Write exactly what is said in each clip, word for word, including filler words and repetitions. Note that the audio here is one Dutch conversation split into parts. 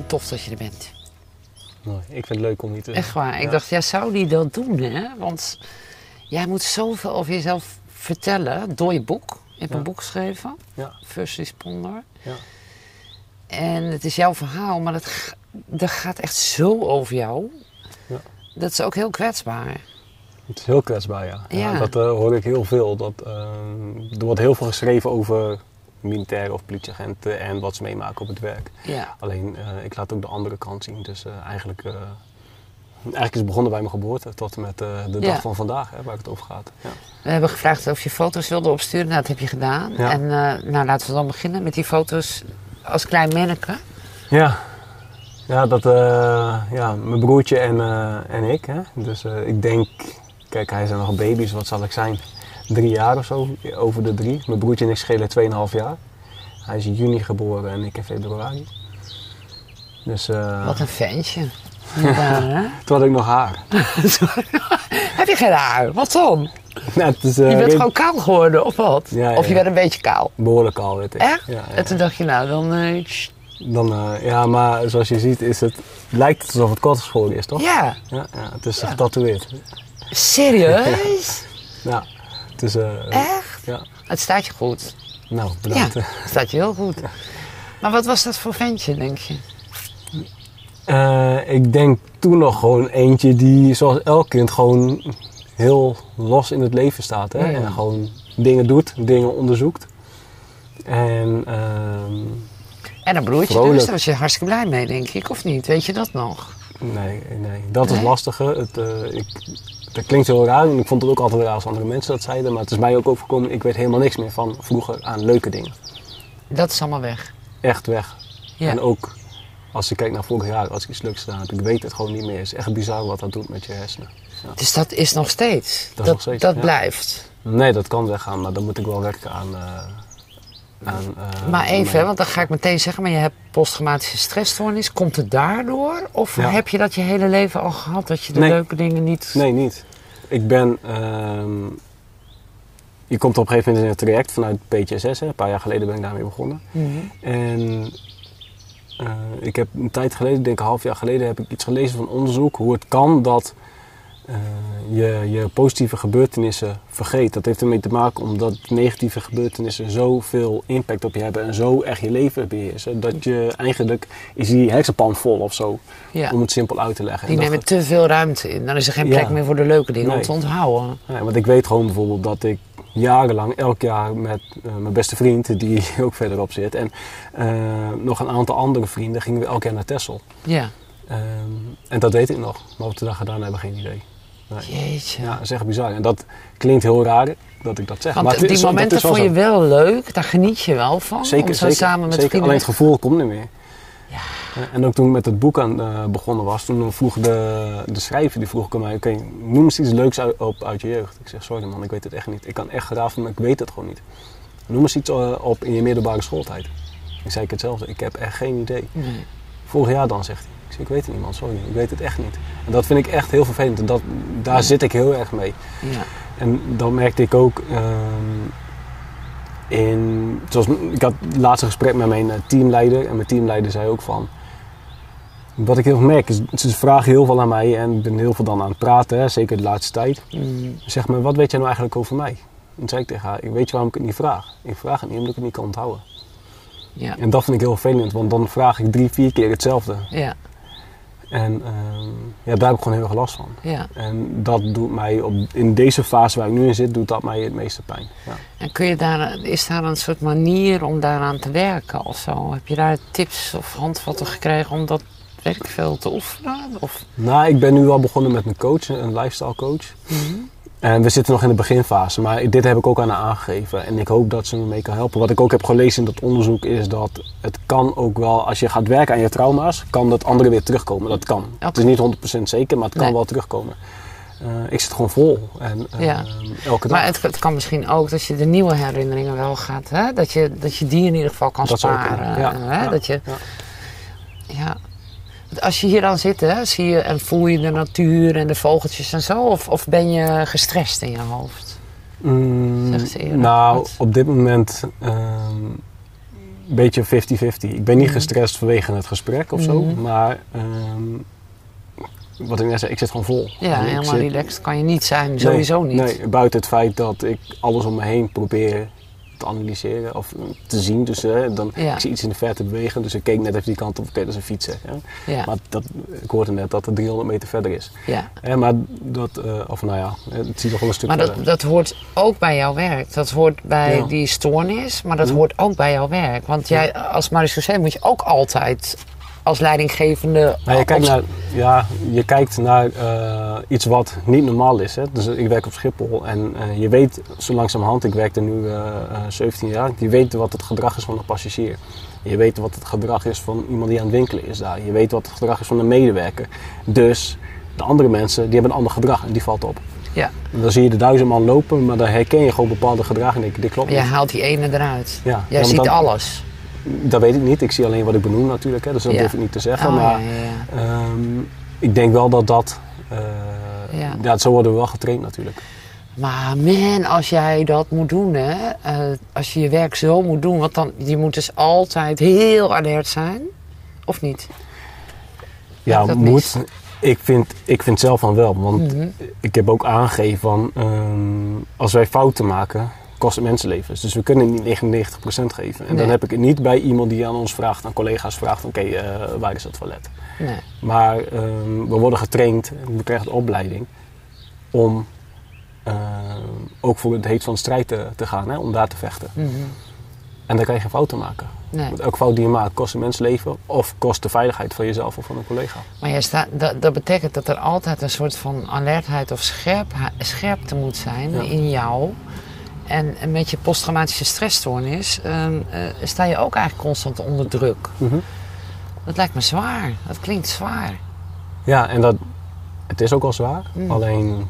tof dat je er bent. Mooi. Ik vind het leuk om hier te zijn. Echt waar. Ik ja. dacht, ja, zou die dat doen, hè? Want jij moet zoveel over jezelf vertellen door je boek. Je hebt ja. een boek geschreven, ja. First Responder. Ja. En het is jouw verhaal, maar dat, dat gaat echt zo over jou. Ja. Dat is ook heel kwetsbaar. Het is heel kwetsbaar, ja. ja. ja. Dat uh, hoor ik heel veel. Dat, uh, er wordt heel veel geschreven over militairen of politieagenten en wat ze meemaken op het werk. Ja. Alleen, uh, ik laat ook de andere kant zien. Dus uh, eigenlijk, uh, eigenlijk is het begonnen bij mijn geboorte tot en met uh, de dag ja. van vandaag, hè, waar het over gaat. Ja. We hebben gevraagd of je foto's wilde opsturen. Nou, dat heb je gedaan. Ja. En uh, nou, laten we dan beginnen met die foto's als klein manneke. Ja. Ja, dat, uh, ja, mijn broertje en, uh, en ik. Hè. Dus uh, ik denk, kijk, hij zijn nog baby's, wat zal ik zijn? Drie jaar of zo, over de drie. Mijn broertje en ik schelen tweeënhalf jaar. Hij is in juni geboren en ik in februari. Dus, uh, wat een ventje. Ja, toen had ik nog haar. Heb je geen haar? Wat dan? Nou, het is, uh, je bent ik... gewoon kaal geworden, of wat? Ja, ja, of je ja. werd een beetje kaal? Behoorlijk kaal, weet ik. Echt? Ja, ja. En toen dacht je, nou, dan... Uh, dan uh, ja, maar zoals je ziet, is het, lijkt het alsof het kort geschoren is, toch? Ja. Ja, ja het is ja. getatoeëerd. Serieus? Ja. Het is... Uh, Echt? Ja. Het staat je goed. Nou, bedankt. Ja, het staat je heel goed. Ja. Maar wat was dat voor ventje, denk je? Uh, ik denk toen nog gewoon eentje die, zoals elk kind, gewoon heel los in het leven staat. Hè? Mm. En gewoon dingen doet, dingen onderzoekt. En, uh, en een broertje vrolijk. dus, daar was je hartstikke blij mee, denk ik, of niet? Weet je dat nog? Nee, nee. dat nee? is lastige. Het, uh, ik, dat klinkt heel raar en ik vond het ook altijd raar als andere mensen dat zeiden. Maar het is mij ook overkomen, ik weet helemaal niks meer van vroeger aan leuke dingen. Dat is allemaal weg? Echt weg. Ja. En ook als ik kijk naar vorig jaar, als ik iets leuks gedaan heb, ik weet het gewoon niet meer. Het is echt bizar wat dat doet met je hersenen. Ja. Dus dat is nog steeds? Dat, dat, nog steeds, dat ja. blijft? Nee, dat kan weggaan, maar dan moet ik wel werken aan... Uh, aan uh, maar even, mijn... want dan ga ik meteen zeggen, maar je hebt posttraumatische stressstoornis. Komt het daardoor? Of ja. heb je dat je hele leven al gehad, dat je de nee. leuke dingen niet... Nee, niet. Ik ben... Uh, je komt op een gegeven moment in het traject vanuit P T S S. Hè. Een paar jaar geleden ben ik daarmee begonnen. Mm-hmm. En... Uh, ik heb een tijd geleden, ik denk een half jaar geleden, heb ik iets gelezen van onderzoek hoe het kan dat uh, je, je positieve gebeurtenissen vergeet. Dat heeft ermee te maken omdat negatieve gebeurtenissen zoveel impact op je hebben en zo echt je leven beheersen. Dat je eigenlijk is die hersenpan vol of zo, ja. om het simpel uit te leggen. Die en nemen het... te veel ruimte in. Dan is er geen plek ja. meer voor de leuke dingen nee. om te onthouden. Ja, want ik weet gewoon bijvoorbeeld dat ik jarenlang, elk jaar met uh, mijn beste vriend, die ook verderop zit, en uh, nog een aantal andere vrienden, gingen we elk jaar naar Texel. Ja. Um, en dat weet ik nog, maar wat we daar gedaan hebben, geen idee. Nee. Jeetje. Ja, dat is echt bizar. En dat klinkt heel raar dat ik dat zeg. Want maar het die is, momenten vond je wel leuk, daar geniet je wel van? Zeker, om zo zeker, samen met zeker. vrienden... Alleen het gevoel komt niet meer. Ja. En ook toen ik met het boek aan uh, begonnen was, toen vroeg de, de schrijver, die vroeg aan mij, oké, okay, noem eens iets leuks uit, op, uit je jeugd. Ik zeg, sorry man, ik weet het echt niet. Ik kan echt graven, maar ik weet het gewoon niet. Noem eens iets uh, op in je middelbare schooltijd. Ik zei ik hetzelfde, ik heb echt geen idee. Nee. Vorig jaar dan, zegt hij. Ik zeg, ik weet het niet man, sorry, ik weet het echt niet. En dat vind ik echt heel vervelend en dat, daar ja. zit ik heel erg mee. Ja. En dan merkte ik ook, um, in, zoals, ik had het laatste gesprek met mijn teamleider en mijn teamleider zei ook van, wat ik heel veel merk is, ze vragen heel veel aan mij en ik ben heel veel dan aan het praten, hè, zeker de laatste tijd. Mm. Zeg maar, wat weet jij nou eigenlijk over mij? En toen zei ik tegen haar, ik weet je waarom ik het niet vraag? Ik vraag het niet omdat ik het niet kan onthouden. Ja. En dat vind ik heel vervelend, want dan vraag ik drie, vier keer hetzelfde. Ja. En um, ja, daar heb ik gewoon heel erg last van. Ja. En dat doet mij, op, in deze fase waar ik nu in zit, doet dat mij het meeste pijn. Ja. En kun je daar, is daar een soort manier om daaraan te werken of zo? Heb je daar tips of handvatten gekregen om dat werk veel te oefenen? Of? Nou, ik ben nu al begonnen met een coach, een lifestyle coach. Mm-hmm. En we zitten nog in de beginfase, maar dit heb ik ook aan haar aangegeven. En ik hoop dat ze me mee kan helpen. Wat ik ook heb gelezen in dat onderzoek is dat het kan ook wel, als je gaat werken aan je trauma's, kan dat andere weer terugkomen. Dat kan. Okay. Het is niet honderd procent zeker, maar het kan nee. wel terugkomen. Uh, ik zit gewoon vol. En, uh, ja. elke dag. Maar het, het kan misschien ook dat je de nieuwe herinneringen wel gaat, hè? Dat je, dat je die in ieder geval kan dat sparen. Ja, hè? ja, dat je, ja. ja. Als je hier dan zit, hè, zie je en voel je de natuur en de vogeltjes en zo? Of, of ben je gestrest in je hoofd? Mm, Zeg ze eerder. nou, Wat? op dit moment um, beetje fifty fifty. Ik ben niet Mm. gestrest vanwege het gesprek of zo, Mhm. maar um, wat ik net zei, ik zit gewoon vol. Ja, En ik helemaal zit- relaxed kan je niet zijn, sowieso nee, niet. Nee, buiten het feit dat ik alles om me heen probeer te analyseren of te zien. Dus hè, dan, Ja. ik zie iets in de verte bewegen, dus ik keek net even die kant op. Oké, dat is een fietser. Hè. Ja, Maar dat, ik hoorde net dat het driehonderd meter verder is. ja. Hè, maar dat, uh, of nou ja, het ziet nog wel een stuk Maar verder. dat, dat hoort ook bij jouw werk. Dat hoort bij Ja. die stoornis, maar dat Mhm. hoort ook bij jouw werk. Want jij als marechaussee moet je ook altijd als leidinggevende... Nou, je, kijkt op- naar, ja, je kijkt naar uh, iets wat niet normaal is. Hè? Dus ik werk op Schiphol en uh, je weet zo langzamerhand, ik werk er nu uh, uh, zeventien jaar, je weet wat het gedrag is van een passagier. Je weet wat het gedrag is van iemand die aan het winkelen is daar. Je weet wat het gedrag is van een medewerker. Dus de andere mensen die hebben een ander gedrag en die valt op. Ja, En dan zie je de duizend man lopen, maar dan herken je gewoon bepaalde gedrag en denk je, dit klopt jij niet. haalt die ene eruit. Ja, Jij ja, want ziet dan- alles. Dat weet ik niet, ik zie alleen wat ik benoem natuurlijk, hè? Dus dat Ja. durf ik niet te zeggen. Oh, maar ja, ja, ja. Um, ik denk wel dat dat, uh, Ja. ja, zo worden we wel getraind natuurlijk. Maar man, als jij dat moet doen, hè, uh, als je je werk zo moet doen, want dan, je moet dus altijd heel alert zijn, of niet? Ja, dat moet. mis? Ik vind, ik vind zelf van wel, want Mhm. ik heb ook aangegeven van, um, als wij fouten maken, kost het mensenlevens. Dus we kunnen niet negenennegentig procent geven. En Nee. dan heb ik het niet bij iemand die aan ons vraagt, aan collega's vraagt, oké, okay, uh, waar is het toilet? Nee. Maar um, we worden getraind, we krijgen de opleiding om uh, ook voor het heet van de strijd te, te gaan, hè, om daar te vechten. Mhm. En dan kan je geen fouten maken. Nee. Want elke fout die je maakt kost een mensenleven of kost de veiligheid van jezelf of van een collega. Maar jij staat, dat, dat betekent dat er altijd een soort van alertheid of scherp, scherpte moet zijn Ja. in jou. En, en met je posttraumatische stressstoornis um, uh, sta je ook eigenlijk constant onder druk. Mm-hmm. Dat lijkt me zwaar. Dat klinkt zwaar. Ja, en dat, het is ook wel zwaar. Mm. Alleen,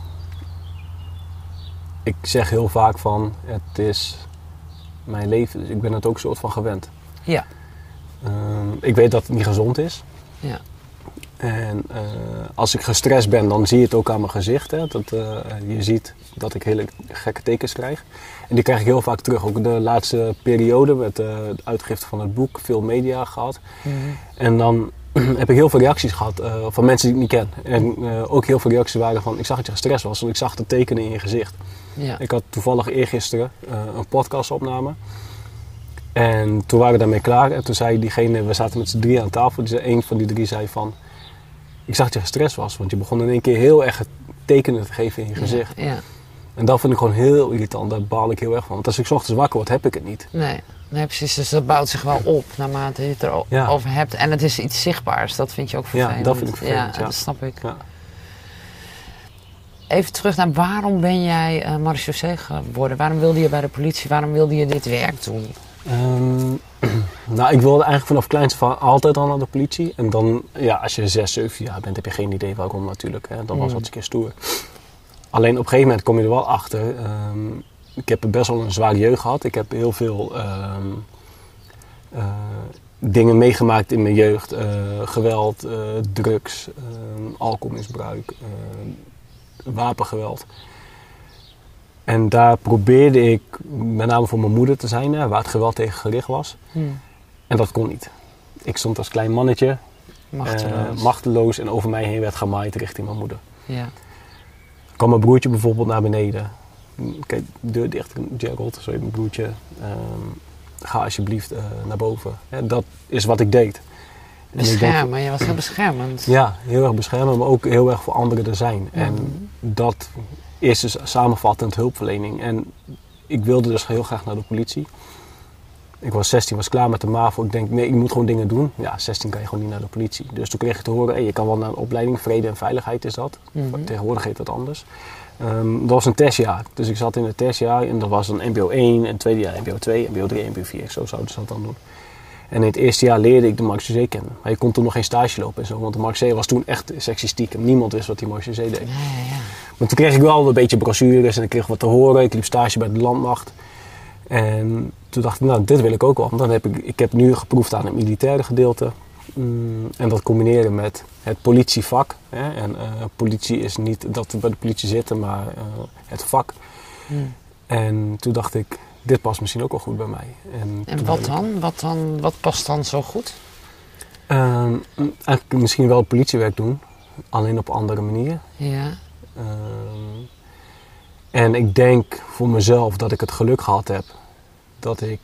ik zeg heel vaak van, het is mijn leven. Dus ik ben het ook een soort van gewend. Ja. Um, ik weet dat het niet gezond is. Ja. En uh, als ik gestrest ben, dan zie je het ook aan mijn gezicht. Hè? Dat, uh, je ziet dat ik hele gekke tekens krijg. En die krijg ik heel vaak terug. Ook de laatste periode met uh, het uitgifte van het boek, veel media gehad. Mm-hmm. En dan heb ik heel veel reacties gehad uh, van mensen die ik niet ken. En uh, ook heel veel reacties waren van, ik zag dat je gestrest was, want ik zag de tekenen in je gezicht. Ja. Ik had toevallig eergisteren uh, een podcastopname. En toen waren we daarmee klaar. En toen zei diegene, we zaten met z'n drie aan tafel. Die zei, een van die drie zei van, ik zag dat je gestrest was. Want je begon in één keer heel erg tekenen te geven in je gezicht. Ja. Ja. En dat vind ik gewoon heel irritant. Daar baal ik heel erg van. Want als ik 's ochtends wakker word, heb ik het niet. Nee. Nee, precies. Dus dat bouwt zich wel op naarmate je het erover Ja. hebt. En het is iets zichtbaars. Dat vind je ook vervelend. Ja, dat vind ik vervelend, Ja, ja. dat snap ik. Ja. Even terug naar waarom ben jij uh, marechaussee geworden? Waarom wilde je bij de politie? Waarom wilde je dit werk doen? Um, nou, ik wilde eigenlijk vanaf kleins af aan altijd al naar de politie. En dan, ja, als je zes, zeven jaar bent, heb je geen idee waarom natuurlijk. Hè. Dan was Mm. dat een keer stoer. Alleen op een gegeven moment kom je er wel achter. Um, ik heb best wel een zware jeugd gehad. Ik heb heel veel um, uh, dingen meegemaakt in mijn jeugd. Uh, geweld, uh, drugs, uh, alcoholmisbruik, uh, wapengeweld. En daar probeerde ik met name voor mijn moeder te zijn, hè, waar het geweld tegen gericht was. Hmm. En dat kon niet. Ik stond als klein mannetje, Machteloos. uh, machteloos en over mij heen werd gemaaid richting mijn moeder. Ja. Kwam mijn broertje bijvoorbeeld naar beneden. Kijk, de deur dicht, Gerald, sorry, mijn broertje. Um, ga alsjeblieft uh, naar boven. Ja, dat is wat ik deed. En ik denk, Beschermen, je was heel beschermend. ja, heel erg beschermen, maar ook heel erg voor anderen er zijn. Mm. En dat is dus samenvattend hulpverlening. En ik wilde dus heel graag naar de politie. Ik was zestien, was klaar met de MAVO. Ik denk, nee, ik moet gewoon dingen doen. Ja, zestien kan je gewoon niet naar de politie. Dus toen kreeg ik te horen, hey, je kan wel naar een opleiding. Vrede en veiligheid is dat. Mm-hmm. Tegenwoordig heet dat anders. Um, dat was een testjaar. Dus ik zat in het testjaar en dat was dan M B O één. En het tweede jaar M B O twee, M B O drie, M B O vier. Zo zouden ze dat dan doen. En in het eerste jaar leerde ik de marechaussee kennen. Maar je kon toen nog geen stage lopen en zo. Want de marechaussee was toen echt sexy stiekem. Niemand wist wat die marechaussee deed. Ja, ja, ja. Maar toen kreeg ik wel een beetje brochures en ik kreeg wat te horen. Ik liep stage bij de landmacht. En toen dacht ik, nou, dit wil ik ook wel. Want dan heb ik, ik heb nu geproefd aan het militaire gedeelte. Mm, en dat combineren met het politievak. Hè. En uh, politie is niet dat we bij de politie zitten, maar uh, het vak. Hmm. En toen dacht ik, dit past misschien ook wel goed bij mij. En, En wat dan? wat dan? Wat past dan zo goed? Um, eigenlijk misschien wel politiewerk doen, alleen op een andere manier. Ja. Um, en ik denk voor mezelf dat ik het geluk gehad heb dat ik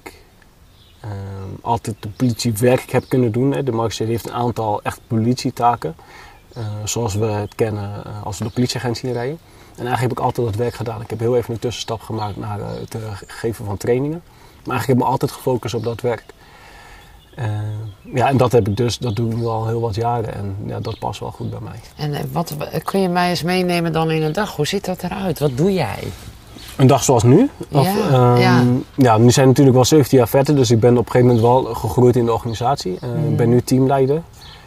um, altijd de politiewerk heb kunnen doen. Hè. De Marseille heeft een aantal echt politietaken, uh, zoals we het kennen uh, als we de politieagent zien rijden. En eigenlijk heb ik altijd dat werk gedaan. Ik heb heel even een tussenstap gemaakt naar uh, het uh, geven van trainingen. Maar eigenlijk heb ik me altijd gefocust op dat werk. Uh, ja, en dat heb ik dus, dat doe ik nu al heel wat jaren en ja, dat past wel goed bij mij. En wat kun je mij eens meenemen dan in een dag? Hoe ziet dat eruit? Wat doe jij? Een dag zoals nu? Of, ja, um, ja. ja, nu zijn we natuurlijk wel zeventien jaar verder, dus ik ben op een gegeven moment wel gegroeid in de organisatie. Ik uh, mm. ben nu teamleider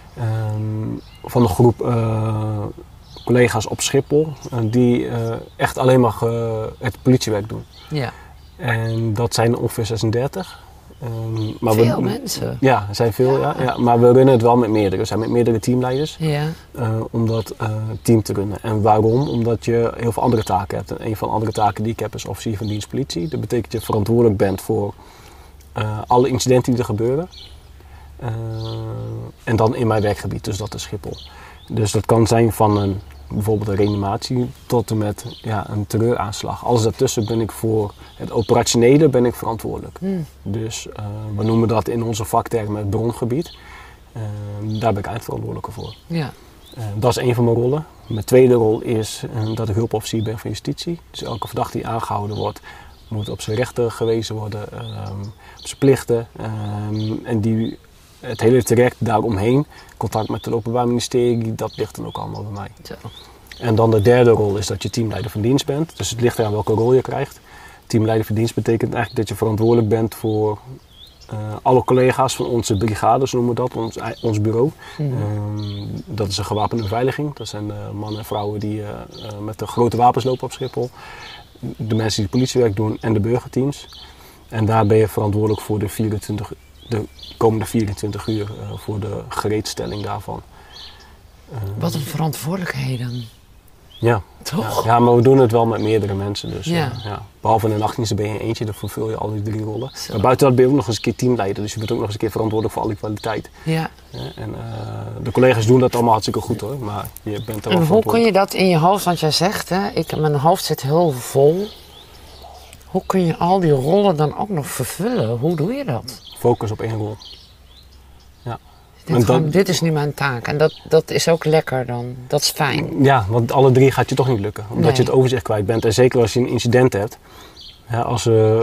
um, van een groep uh, collega's op Schiphol uh, die uh, echt alleen maar uh, het politiewerk doen. Ja. En dat zijn er ongeveer zesendertig. Um, maar veel we, mensen. Ja, er zijn veel, ja. Ja, ja. Maar we runnen het wel met meerdere. We zijn met meerdere teamleiders ja. uh, om dat uh, team te runnen. En waarom? Omdat je heel veel andere taken hebt. En een van de andere taken die ik heb is officier van dienst politie. Dat betekent dat je verantwoordelijk bent voor uh, alle incidenten die er gebeuren. Uh, en dan in mijn werkgebied, dus dat is Schiphol. Dus dat kan zijn van een, bijvoorbeeld een reanimatie tot en met ja, een terreuraanslag. Alles daartussen ben ik voor het operationele ben ik verantwoordelijk. Mm. Dus uh, we noemen dat in onze vaktermen het brongebied. Uh, daar ben ik eindverantwoordelijke voor. Ja. Uh, dat is een van mijn rollen. Mijn tweede rol is uh, dat ik hulpofficier ben van justitie. Dus elke verdachte die aangehouden wordt, moet op zijn rechten gewezen worden, um, op zijn plichten. Um, en die, het hele traject daaromheen, contact met het Openbaar Ministerie, dat ligt dan ook allemaal bij mij. Zo. En dan de derde rol is dat je teamleider van dienst bent. Dus het ligt eraan welke rol je krijgt. Teamleider van dienst betekent eigenlijk dat je verantwoordelijk bent voor uh, alle collega's van onze brigades, noemen we dat, ons, ons bureau. Mm-hmm. Um, dat is een gewapende beveiliging. Dat zijn de mannen en vrouwen die uh, uh, met de grote wapens lopen op Schiphol. De mensen die het politiewerk doen en de burgerteams. En daar ben je verantwoordelijk voor de, vierentwintig, de komende vierentwintig uur uh, voor de gereedstelling daarvan. Uh, Wat een verantwoordelijkheden. Ja. Toch? Ja, ja, maar we doen het wel met meerdere mensen. Dus, ja. Uh, ja. Behalve in de nachtdienst ben je eentje, dan vervul je al die drie rollen. Zo. Maar buiten dat ben je ook nog eens een keer teamleider. Dus je bent ook nog eens een keer verantwoordelijk voor alle kwaliteit. Ja. Ja, en uh, de collega's doen dat allemaal hartstikke goed hoor. Maar je bent er en wel hoe kun je dat in je hoofd, want jij zegt, hè, ik, mijn hoofd zit heel vol. Hoe kun je al die rollen dan ook nog vervullen? Hoe doe je dat? Focus op één rol. Ja. Dit, gewoon, dat, dit is nu mijn taak en dat, dat is ook lekker dan. Dat is fijn. Ja, want alle drie gaat je toch niet lukken. Omdat nee. je het overzicht kwijt bent. En zeker als je een incident hebt. Ja, als, uh,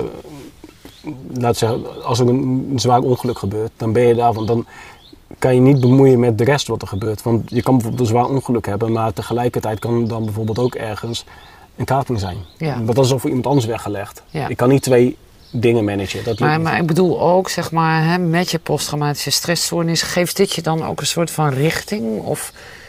laat zeggen, als er een, een zwaar ongeluk gebeurt, dan ben je daarvan. Dan kan je niet bemoeien met de rest wat er gebeurt. Want je kan bijvoorbeeld een zwaar ongeluk hebben, maar tegelijkertijd kan dan bijvoorbeeld ook ergens een kaping zijn. Ja. Want dat is al voor iemand anders weggelegd. Ja. Ik kan niet twee dingen managen. Dat maar, maar ik bedoel ook, zeg maar, hè, met je posttraumatische stressstoornis, geeft dit je dan ook een soort van richting? Of,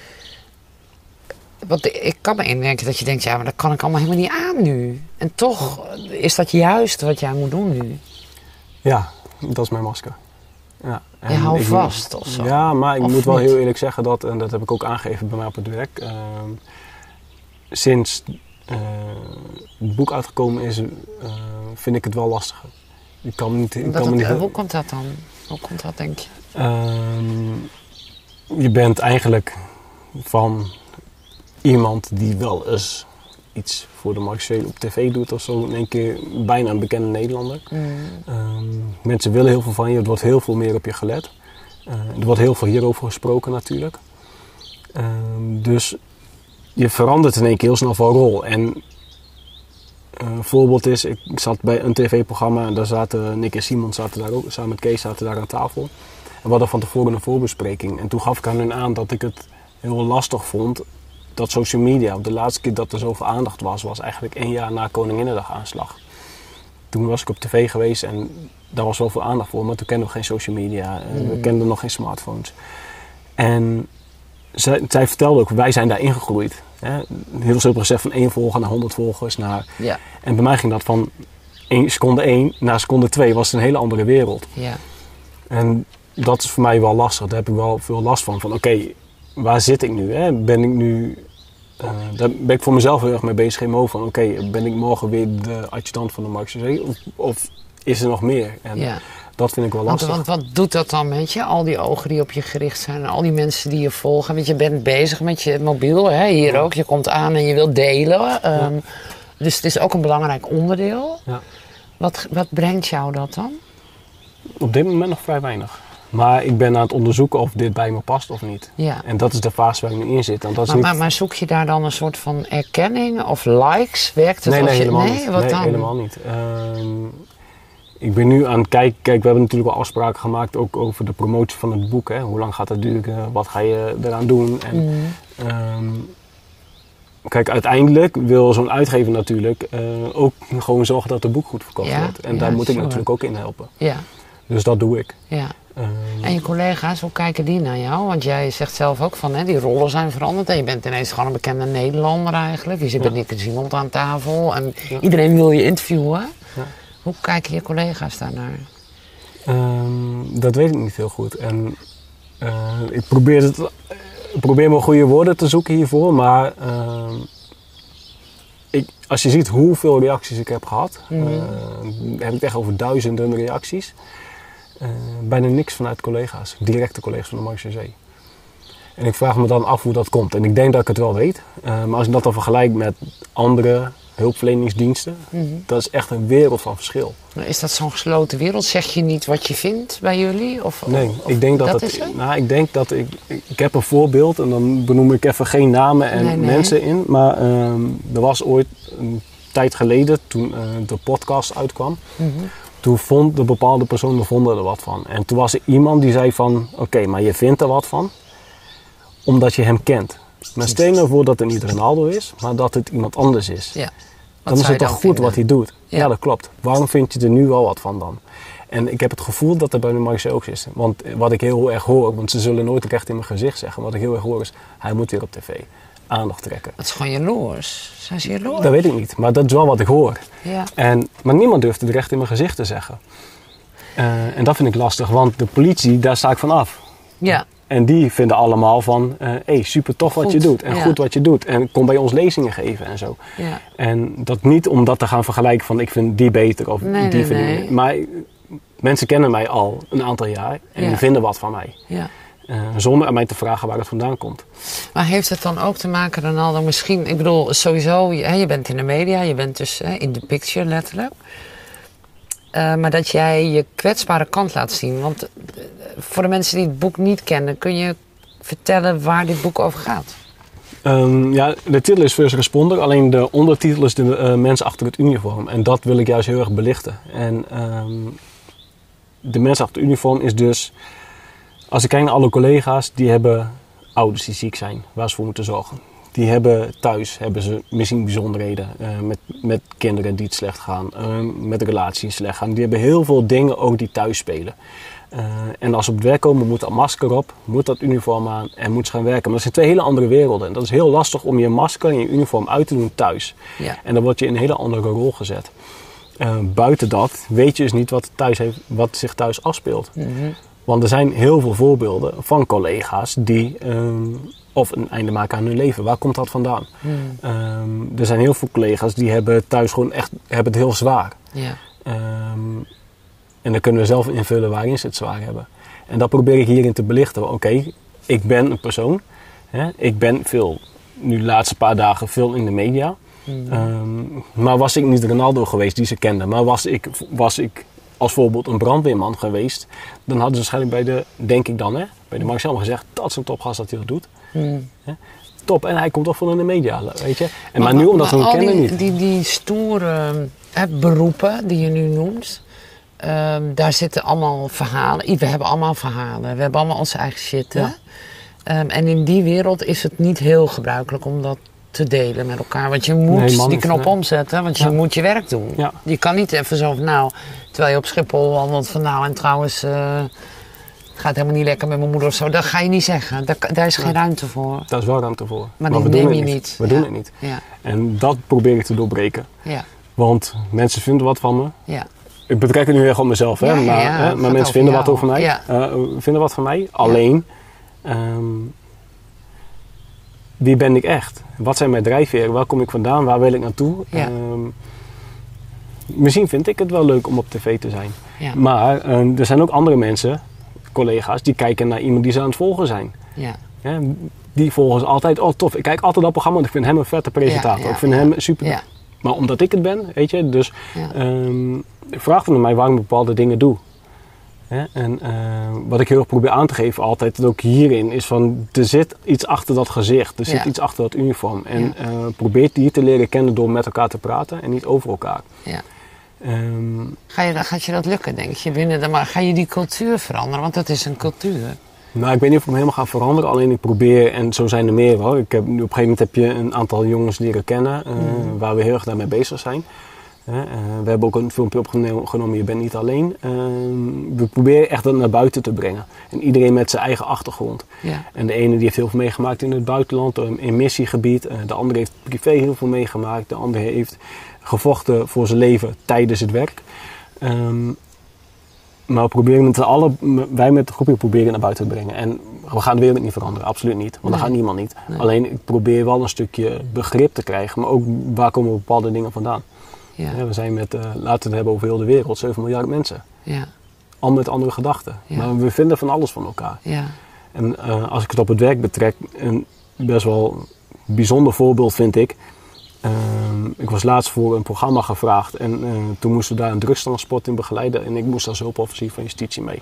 want ik kan me indenken dat je denkt, ja, maar dat kan ik allemaal helemaal niet aan nu. En toch is dat juist wat jij moet doen nu. Ja, dat is mijn masker. Ja, en je houdt vast of zo? Ja, maar ik of moet wel niet? heel eerlijk zeggen dat, en dat heb ik ook aangegeven bij mij op het werk, uh, sinds uh, het boek uitgekomen is, uh, vind ik het wel lastiger. Ik kan niet, ik kan dat, me niet, hoe komt dat dan? Hoe komt dat, denk je? Uh, je bent eigenlijk van iemand die wel eens iets voor de Marseille op tv doet of zo, in één keer bijna een bekende Nederlander. Mm. Um, mensen willen heel veel van je, er wordt heel veel meer op je gelet. Uh, er wordt heel veel hierover gesproken natuurlijk. Um, dus je verandert in één keer heel snel van rol. En uh, een voorbeeld is, ik, ik zat bij een tv-programma en daar zaten Nick en Simon zaten daar ook, samen met Kees zaten daar aan tafel. En we hadden van tevoren een voorbespreking. En toen gaf ik aan hen aan dat ik het heel lastig vond dat social media, de laatste keer dat er zoveel aandacht was, was eigenlijk één jaar na Koninginnedag aanslag. Toen was ik op tv geweest en daar was wel veel aandacht voor, maar toen kenden we geen social media, mm. we kenden nog geen smartphones. En zij, zij vertelde ook, wij zijn daar ingegroeid. Hè? Heel simpel gezegd, van één volger naar honderd volgers. Naar, ja. En bij mij ging dat van één, seconde één naar seconde twee, was het een hele andere wereld. Ja. En dat is voor mij wel lastig, daar heb ik wel veel last van. Van oké, okay, waar zit ik nu? Hè? Ben ik nu uh, daar ben ik voor mezelf heel erg mee bezig in mijn hoofd van oké, okay, ben ik morgen weer de adjudant van de Marechaussee of, of is er nog meer? En ja. dat vind ik wel lastig. Want, want wat doet dat dan met je? Al die ogen die op je gericht zijn en al die mensen die je volgen. Want je bent bezig met je mobiel, hè? Hier ja. ook. Je komt aan en je wilt delen. Um, ja. Dus het is ook een belangrijk onderdeel. Ja. Wat, wat brengt jou dat dan? Op dit moment nog vrij weinig. Maar ik ben aan het onderzoeken of dit bij me past of niet. Ja. En dat is de fase waar ik nu in zit. En dat is maar, niet... maar, maar zoek je daar dan een soort van erkenning of likes? Werkt het nee, als nee, je... helemaal nee, niet. wat nee, dan? helemaal niet. Um, ik ben nu aan het kijken. Kijk, we hebben natuurlijk wel afspraken gemaakt ook over de promotie van het boek. Hè. Hoe lang gaat dat duren? Wat ga je eraan doen? En, mm. um, kijk, uiteindelijk wil zo'n uitgever natuurlijk uh, ook gewoon zorgen dat het boek goed verkocht ja, wordt. En ja, daar moet sure. ik natuurlijk ook in helpen. Ja. Dus dat doe ik. Ja. Um, en je collega's, hoe kijken die naar jou? Want jij zegt zelf ook van, hè, die rollen zijn veranderd. En je bent ineens gewoon een bekende Nederlander eigenlijk. Je zit ja. met Nick en Simon aan tafel. En ja. iedereen wil je interviewen. Ja. Hoe kijken je collega's daarnaar? Um, dat weet ik niet heel goed. En uh, ik probeer, het, ik probeer mijn goede woorden te zoeken hiervoor. Maar uh, ik, als je ziet hoeveel reacties ik heb gehad. Mm-hmm. Uh, heb ik het echt over duizenden reacties. Uh, bijna niks vanuit collega's, directe collega's van de Marechaussee. En ik vraag me dan af hoe dat komt. En ik denk dat ik het wel weet. Uh, maar als ik dat dan vergelijk met andere hulpverleningsdiensten, mm-hmm. dat is echt een wereld van verschil. Maar is dat zo'n gesloten wereld? Zeg je niet wat je vindt bij jullie? Of, nee, of, ik denk dat, dat het, is het? Nou, ik denk dat ik, ik heb een voorbeeld en dan benoem ik even geen namen en nee, nee. mensen in. Maar um, er was ooit een tijd geleden, toen uh, de podcast uitkwam, mm-hmm. toen vond de bepaalde personen vonden er wat van. En toen was er iemand die zei van, oké, okay, maar je vindt er wat van, omdat je hem kent. Maar stel je nou voor dat het niet Ronaldo is, maar dat het iemand anders is. Ja. Dan is het toch goed vinden? Wat hij doet. Ja. ja, dat klopt. Waarom vind je er nu wel wat van dan? En ik heb het gevoel dat er bij de Marechaussee ook is. Want wat ik heel erg hoor, want ze zullen nooit recht in mijn gezicht zeggen, wat ik heel erg hoor is, hij moet weer op tv aandacht trekken. Dat is gewoon jaloers. Zijn ze jaloers? Dat weet ik niet, maar dat is wel wat ik hoor. Ja. En, maar niemand durft het recht in mijn gezicht te zeggen. Uh, en dat vind ik lastig, want de politie, daar sta ik van af. Ja. En die vinden allemaal van, hé, uh, hey, super tof wat goed. Je doet en ja. goed wat je doet. En kom bij ons lezingen geven en zo. Ja. En dat niet om dat te gaan vergelijken van, ik vind die beter of nee, die nee, vind nee. ik. Maar mensen kennen mij al een aantal jaar en ja. die vinden wat van mij. Ja. Uh, zonder aan mij te vragen waar het vandaan komt. Maar heeft het dan ook te maken, Ronaldo, misschien, ik bedoel, sowieso, hè, je bent in de media, je bent dus hè, in de picture letterlijk. Uh, maar dat jij je kwetsbare kant laat zien. Want uh, voor de mensen die het boek niet kennen, kun je vertellen waar dit boek over gaat? Um, ja, de titel is First Responder, alleen de ondertitel is de uh, mens achter het uniform. En dat wil ik juist heel erg belichten. En um, de mens achter het uniform is dus, als ik kijk naar alle collega's, die hebben ouders die ziek zijn, waar ze voor moeten zorgen. Die hebben thuis, hebben ze misschien bijzonderheden uh, met, met kinderen die het slecht gaan, uh, met relaties slecht gaan. Die hebben heel veel dingen ook die thuis spelen. Uh, en als ze op het werk komen, moet dat masker op, moet dat uniform aan en moet ze gaan werken. Maar dat zijn twee hele andere werelden. En dat is heel lastig om je masker en je uniform uit te doen thuis. Ja. En dan word je in een hele andere rol gezet. Uh, buiten dat weet je dus niet wat, thuis heeft, wat zich thuis afspeelt. Mm-hmm. Want er zijn heel veel voorbeelden van collega's die um, of een einde maken aan hun leven. Waar komt dat vandaan? Mm. Um, er zijn heel veel collega's die hebben thuis gewoon echt hebben het heel zwaar. Ja. Um, en dan kunnen we zelf invullen waarin ze het zwaar hebben. En dat probeer ik hierin te belichten. Oké, okay, ik ben een persoon. Hè? Ik ben veel, nu de laatste paar dagen veel in de media. Mm. Um, maar was ik niet Ronaldo geweest die ze kenden. Maar was ik, was ik als voorbeeld een brandweerman geweest. Dan hadden ze waarschijnlijk bij de, denk ik dan, hè, bij de Marcel gezegd. Dat is een topgast dat hij dat doet. Mm. Hè? Top, en hij komt toch van in de media, weet je. En maar, maar nu omdat maar we hem kennen die, niet. Die, die stoere hè, beroepen die je nu noemt. Um, daar zitten allemaal verhalen. We hebben allemaal verhalen. We hebben allemaal onze eigen shit. Ja. Um, en in die wereld is het niet heel gebruikelijk om dat te delen met elkaar. Want je moet nee, man, die knop nee. omzetten. Want je ja. moet je werk doen. Ja. Je kan niet even zo van nou, terwijl je op Schiphol wandelt van nou en trouwens uh, het gaat helemaal niet lekker met mijn moeder of zo. Dat ga je niet zeggen. Daar, daar is geen nee. ruimte voor. Daar is wel ruimte voor. Maar, maar die neem je niet. niet. We ja. doen het niet. Ja. En dat probeer ik te doorbreken. Ja. Want mensen vinden wat van me. Ja. Ik betrek het nu echt op mezelf, hè? Ja, maar, ja, hè? maar mensen vinden jou. wat over mij. Ja. Uh, vinden wat van mij. Alleen, ja. um, wie ben ik echt? Wat zijn mijn drijfveren? Waar kom ik vandaan? Waar wil ik naartoe? Ja. Um, misschien vind ik het wel leuk om op tv te zijn. Ja. Maar um, er zijn ook andere mensen, collega's, die kijken naar iemand die ze aan het volgen zijn. Ja. Ja, die volgen ze altijd. Oh tof, ik kijk altijd dat programma, want ik vind hem een vette presentator. Ja, ja, ik vind ja. hem super. Ja. Maar omdat ik het ben, weet je, dus Ja. um, vraag dan aan mij waarom ik bepaalde dingen doe. Ja, en uh, wat ik heel erg probeer aan te geven altijd, ook hierin, is van er zit iets achter dat gezicht, er zit Ja. iets achter dat uniform. En Ja. uh, probeer die te leren kennen door met elkaar te praten en niet over elkaar. Ja. Um, Ga je, gaat je dat lukken, denk je? Binnen de, maar ga je die cultuur veranderen? Want dat is een cultuur. nou, ik weet niet of ik hem helemaal ga veranderen, alleen ik probeer, en zo zijn er meer hoor. Ik heb, op een gegeven moment heb je een aantal jongens leren kennen, uh, mm. waar we heel erg daarmee bezig zijn. Uh, uh, we hebben ook een filmpje opgenomen, Je bent niet alleen. Uh, we proberen echt dat naar buiten te brengen. En iedereen met zijn eigen achtergrond. Ja. En de ene die heeft heel veel meegemaakt in het buitenland, in missiegebied. Uh, de andere heeft privé heel veel meegemaakt. De andere heeft gevochten voor zijn leven tijdens het werk. Um, maar we proberen met alle, wij met de groepje proberen naar buiten te brengen. En we gaan de wereld niet veranderen, absoluut niet. Want nee. dat gaat niemand niet. Nee. Alleen ik probeer wel een stukje begrip te krijgen. Maar ook waar komen bepaalde dingen vandaan. Ja. Ja, we zijn met, uh, laten we het hebben over heel de wereld, zeven miljard mensen. Ja. Al met andere gedachten. Ja. Maar we vinden van alles van elkaar. Ja. En uh, als ik het op het werk betrek, een best wel bijzonder voorbeeld vind ik. Uh, ik was laatst voor een programma gevraagd en uh, toen moesten we daar een drugstransport in begeleiden en ik moest als hulpofficier van justitie mee.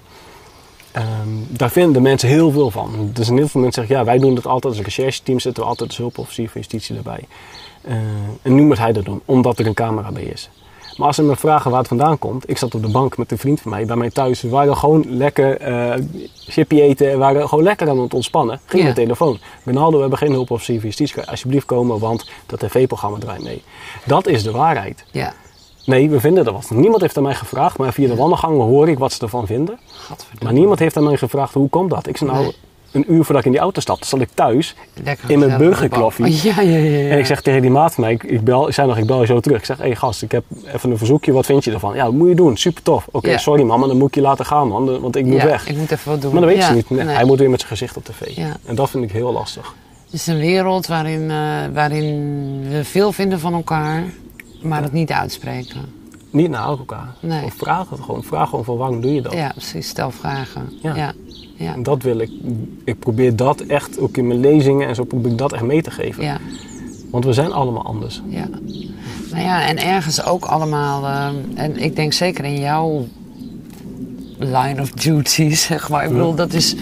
Um, daar vinden de mensen heel veel van. Er zijn heel veel mensen die zeggen, ja, wij doen dat altijd als rechercheteam, zitten we altijd als hulpofficier van justitie erbij. Uh, en nu moet hij dat doen, omdat er een camera bij is. Maar als ze me vragen waar het vandaan komt, ik zat op de bank met een vriend van mij bij mij thuis. We waren gewoon lekker uh, chippy eten, we waren gewoon lekker aan het ontspannen. Ging ja. de telefoon. Ronaldo, we hebben geen hulpofficier van justitie, alsjeblieft komen, want dat tv-programma draait mee. Dat is de waarheid. Ja. Nee, we vinden er wat. Niemand heeft aan mij gevraagd, maar via de wandelgangen hoor ik wat ze ervan vinden. Maar niemand heeft aan mij gevraagd, hoe komt dat? Ik zei nou, nee. een uur voordat ik in die auto stapte, zat ik thuis lekker in mijn burgerkloffie. Oh, ja, ja, ja, ja. En ik zeg tegen die maat van mij, ik, ik, bel, ik zei nog, ik bel je zo terug. Ik zeg, hé hey, gast, ik heb even een verzoekje, wat vind je ervan? Ja, wat moet je doen? Super tof. Oké, okay, ja. sorry man, maar dan moet ik je laten gaan man, want ik moet ja, weg. ik moet even wat doen. Maar dat weet ja, je niet. Nee, nee. Hij moet weer met zijn gezicht op tv. Ja. En dat vind ik heel lastig. Het is een wereld waarin, uh, waarin we veel vinden van elkaar, maar het niet uitspreken. Niet naar elkaar. Nee. Of vraag het gewoon. Vraag gewoon van waarom doe je dat? Ja, precies. Stel vragen. Ja. Ja. Ja. En dat wil ik. Ik probeer dat echt, ook in mijn lezingen en zo probeer ik dat echt mee te geven. Ja. Want we zijn allemaal anders. Ja. Nou ja, en ergens ook allemaal, uh, en ik denk zeker in jouw line of duty, zeg maar. Ik bedoel, ja. dat is...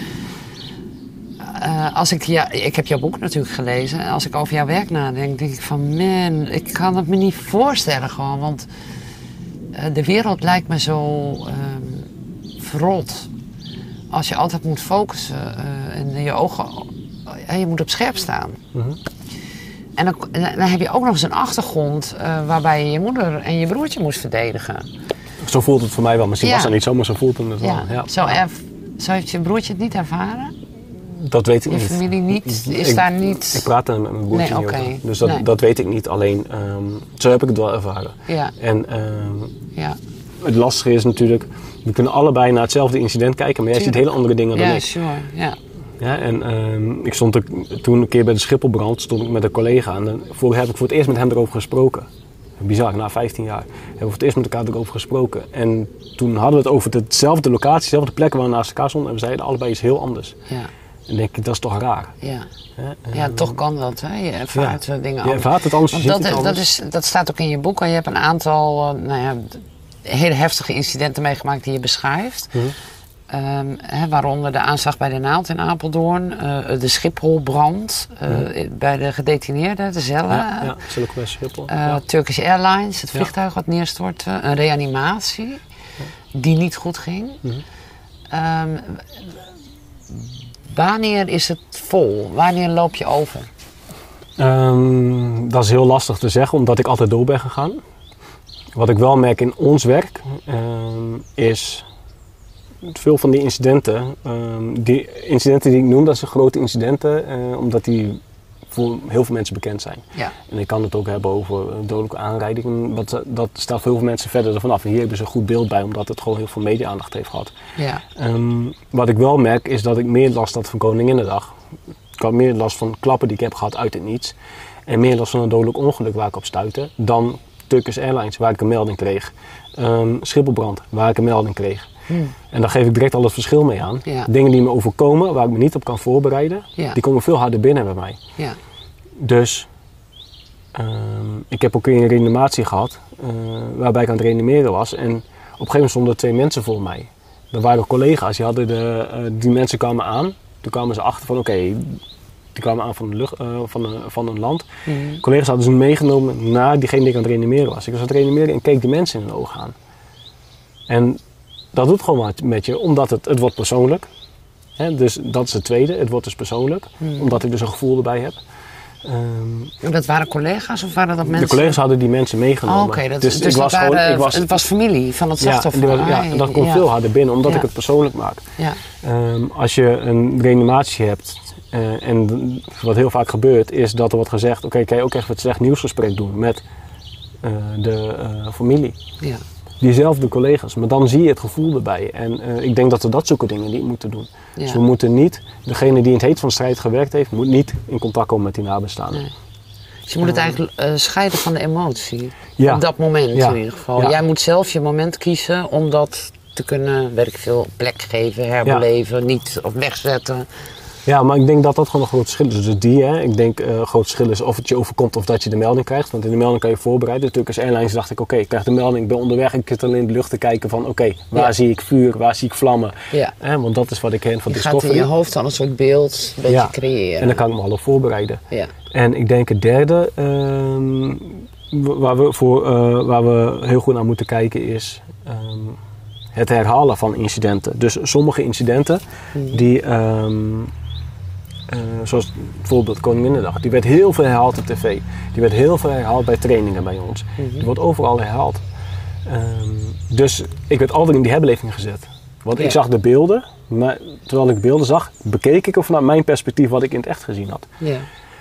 Uh, als ik, ja, ik heb jouw boek natuurlijk gelezen. En als ik over jouw werk nadenk, denk ik van... Man, ik kan het me niet voorstellen gewoon. Want uh, de wereld lijkt me zo uh, verrot. Als je altijd moet focussen uh, en je ogen... Uh, je moet op scherp staan. Mm-hmm. En dan, dan heb je ook nog eens een achtergrond... Uh, waarbij je je moeder en je broertje moest verdedigen. Zo voelt het voor mij wel. Misschien ja. was dat niet zo, maar zo voelt het wel. Ja. Ja. Zo, erf, zo heeft je broertje het niet ervaren? Dat weet ik je niet. Je familie niet? Is ik, daar niet... Ik praat er met mijn broertje nee, niet okay. over. Dus dat, nee. dat weet ik niet. Alleen, um, zo heb ik het wel ervaren. Ja. En um, ja. het lastige is natuurlijk... We kunnen allebei naar hetzelfde incident kijken, maar jij Tuurlijk. ziet hele andere dingen dan ja, ik. Sure. Ja, ja. En um, ik stond er, toen een keer bij de Schipholbrand, stond ik met een collega. En voor, heb ik voor het eerst met hem erover gesproken. Bizar, na vijftien jaar. Hebben we voor het eerst met elkaar erover gesproken. En toen hadden we het over dezelfde locatie, dezelfde plek waar we naast elkaar stonden. En we zeiden allebei iets heel anders. Ja. En denk ik, dat is toch raar. Ja, ja, ja toch kan dat. Hè? Je ervaart ja. dingen anders. Je ervaart het anders, je dat, ziet het anders. Dat, is, dat staat ook in je boek. En je hebt een aantal uh, nou ja, hele heftige incidenten meegemaakt die je beschrijft. Mm-hmm. Um, hè, waaronder de aanslag bij de Naald in Apeldoorn. Uh, de Schipholbrand uh, mm-hmm. bij de gedetineerden, de cellen. Ja, ja Silicon West Schiphol. Uh, ja. Turkish Airlines, het vliegtuig ja. wat neerstortte. Een reanimatie ja. die niet goed ging. Mm-hmm. Um, Wanneer is het vol? Wanneer loop je over? Um, dat is heel lastig te zeggen, omdat ik altijd door ben gegaan. Wat ik wel merk in ons werk, um, is veel van die incidenten, um, die incidenten die ik noem, dat zijn grote incidenten, uh, omdat die voor heel veel mensen bekend zijn. Ja. En ik kan het ook hebben over dodelijke aanrijdingen. Dat, dat staat voor heel veel mensen verder ervan af. En hier hebben ze een goed beeld bij, omdat het gewoon heel veel media-aandacht heeft gehad. Ja. Um, wat ik wel merk, is dat ik meer last had van Koninginnedag. had meer last van klappen die ik heb gehad uit het niets. En meer last van een dodelijk ongeluk waar ik op stuitte. Dan Turkish Airlines, waar ik een melding kreeg. Um, Schipholbrand, waar ik een melding kreeg. Hmm. En daar geef ik direct al het verschil mee aan. Ja. Dingen die me overkomen, waar ik me niet op kan voorbereiden, ja. die komen veel harder binnen bij mij. Ja. Dus um, ik heb ook een reanimatie gehad, uh, waarbij ik aan het reanimeren was. En op een gegeven moment stonden er twee mensen voor mij. Dat waren collega's, die, hadden de, uh, die mensen kwamen aan. Toen kwamen ze achter van oké, okay, die kwamen aan van, de lucht, uh, van, een, van een land. Mm. Collega's hadden ze meegenomen naar diegene die ik aan het reanimeren was. Ik was aan het reanimeren en keek die mensen in hun ogen aan. En dat doet gewoon wat met je, omdat het, het wordt persoonlijk. Hè? Dus dat is het tweede, het wordt dus persoonlijk. Mm. Omdat ik dus een gevoel erbij heb. Um, dat waren collega's of waren dat mensen? De collega's hadden die mensen meegenomen. Oh, okay, dat, dus dus ik was waren, gewoon, ik was, het was familie van het slachtoffer. Ja, was, ja en dat komt ja. veel harder binnen, omdat ja. ik het persoonlijk maak. Ja. Um, als je een reanimatie hebt, uh, en wat heel vaak gebeurt, is dat er wordt gezegd, oké, okay, kan je ook echt wat slecht nieuwsgesprek doen met uh, de uh, familie. Ja. Diezelfde collega's, maar dan zie je het gevoel erbij. En uh, ik denk dat we dat soort dingen niet moeten doen. Ja. Dus we moeten niet, degene die in het heet van de strijd gewerkt heeft, moet niet in contact komen met die nabestaanden. Nee. Dus je moet het eigenlijk uh, scheiden van de emotie. Ja. Op dat moment ja. in ieder geval. Ja. Jij moet zelf je moment kiezen om dat te kunnen, weet ik veel, plek geven, herbeleven, ja. niet of wegzetten. Ja, maar ik denk dat dat gewoon een groot verschil is. Dus die, hè, ik denk uh, een groot verschil is of het je overkomt of dat je de melding krijgt. Want in de melding kan je voorbereiden. De Turkish Airlines dacht ik, oké, okay, ik krijg de melding, ik ben onderweg. Ik zit alleen in de lucht te kijken van, oké, okay, waar ja. zie ik vuur, waar zie ik vlammen. Ja. Hè, want dat is wat ik ken van je Discovery. Je gaat in je hoofd al een soort beeld een beetje ja. creëren. En dan kan ik me al op voorbereiden. Ja. En ik denk het derde, um, waar, we voor, uh, waar we heel goed naar moeten kijken is um, het herhalen van incidenten. Dus sommige incidenten hmm. die... Um, Uh, zoals bijvoorbeeld Koninginnedag, die werd heel veel herhaald op tv. Die werd heel veel herhaald bij trainingen bij ons. Mm-hmm. Die wordt overal herhaald. Um, dus ik werd altijd in die herbeleving gezet. Want ja. ik zag de beelden, maar terwijl ik beelden zag, bekeek ik er vanuit mijn perspectief wat ik in het echt gezien had. Ja.